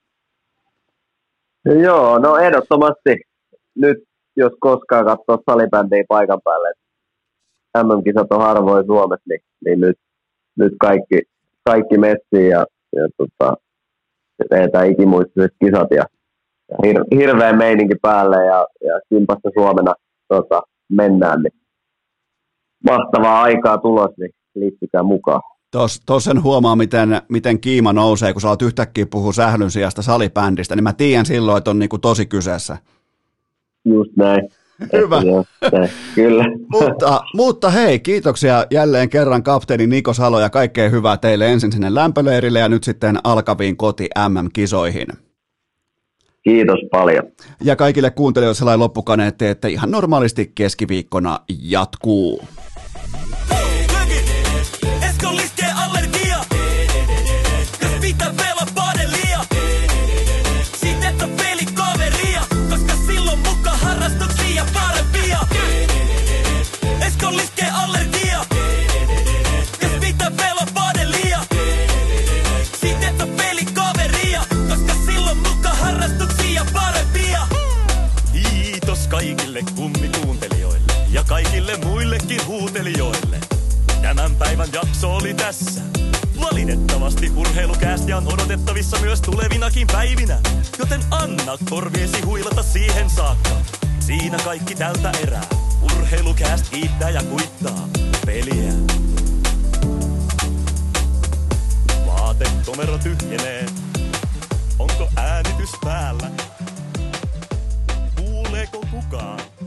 Joo, no ehdottomasti nyt, jos koskaan katsoo salibändiä paikan päälle, MM-kisat on harvoin Suomessa, niin nyt kaikki messiin ja tehdään ikimuistiset kisat ja hirveä meininki päälle ja kimpassa Suomena mennään, niin mahtavaa aikaa tulos, niin liittykää mukaan. Tuossa huomaa, miten kiima nousee, kun sä oot yhtäkkiä puhua Sählyn sijasta salibändistä, niin mä tiedän silloin, että on niinku tosi kyseessä. Just näin. Hyvä. Näin. Kyllä. Mutta hei, kiitoksia jälleen kerran kapteeni Niko Salo ja kaikkea hyvää teille ensin sinne lämpöleirille ja nyt sitten alkaviin koti MM-kisoihin. Kiitos paljon. Ja kaikille kuuntelijoille sellainen loppukaneetti, että ihan normaalisti keskiviikkona jatkuu. Kaikille kummikuuntelijoille ja kaikille muillekin huutelijoille. Tämän päivän jakso oli tässä. Valitettavasti urheilukäästiä on odotettavissa myös tulevinakin päivinä. Joten anna korviesi huilata siihen saakka. Siinä kaikki tältä erää. Urheilukääst kiittää ja kuittaa peliä. Vaatekomero tyhjenee. Onko äänitys päällä? Kuuleeko kukaan?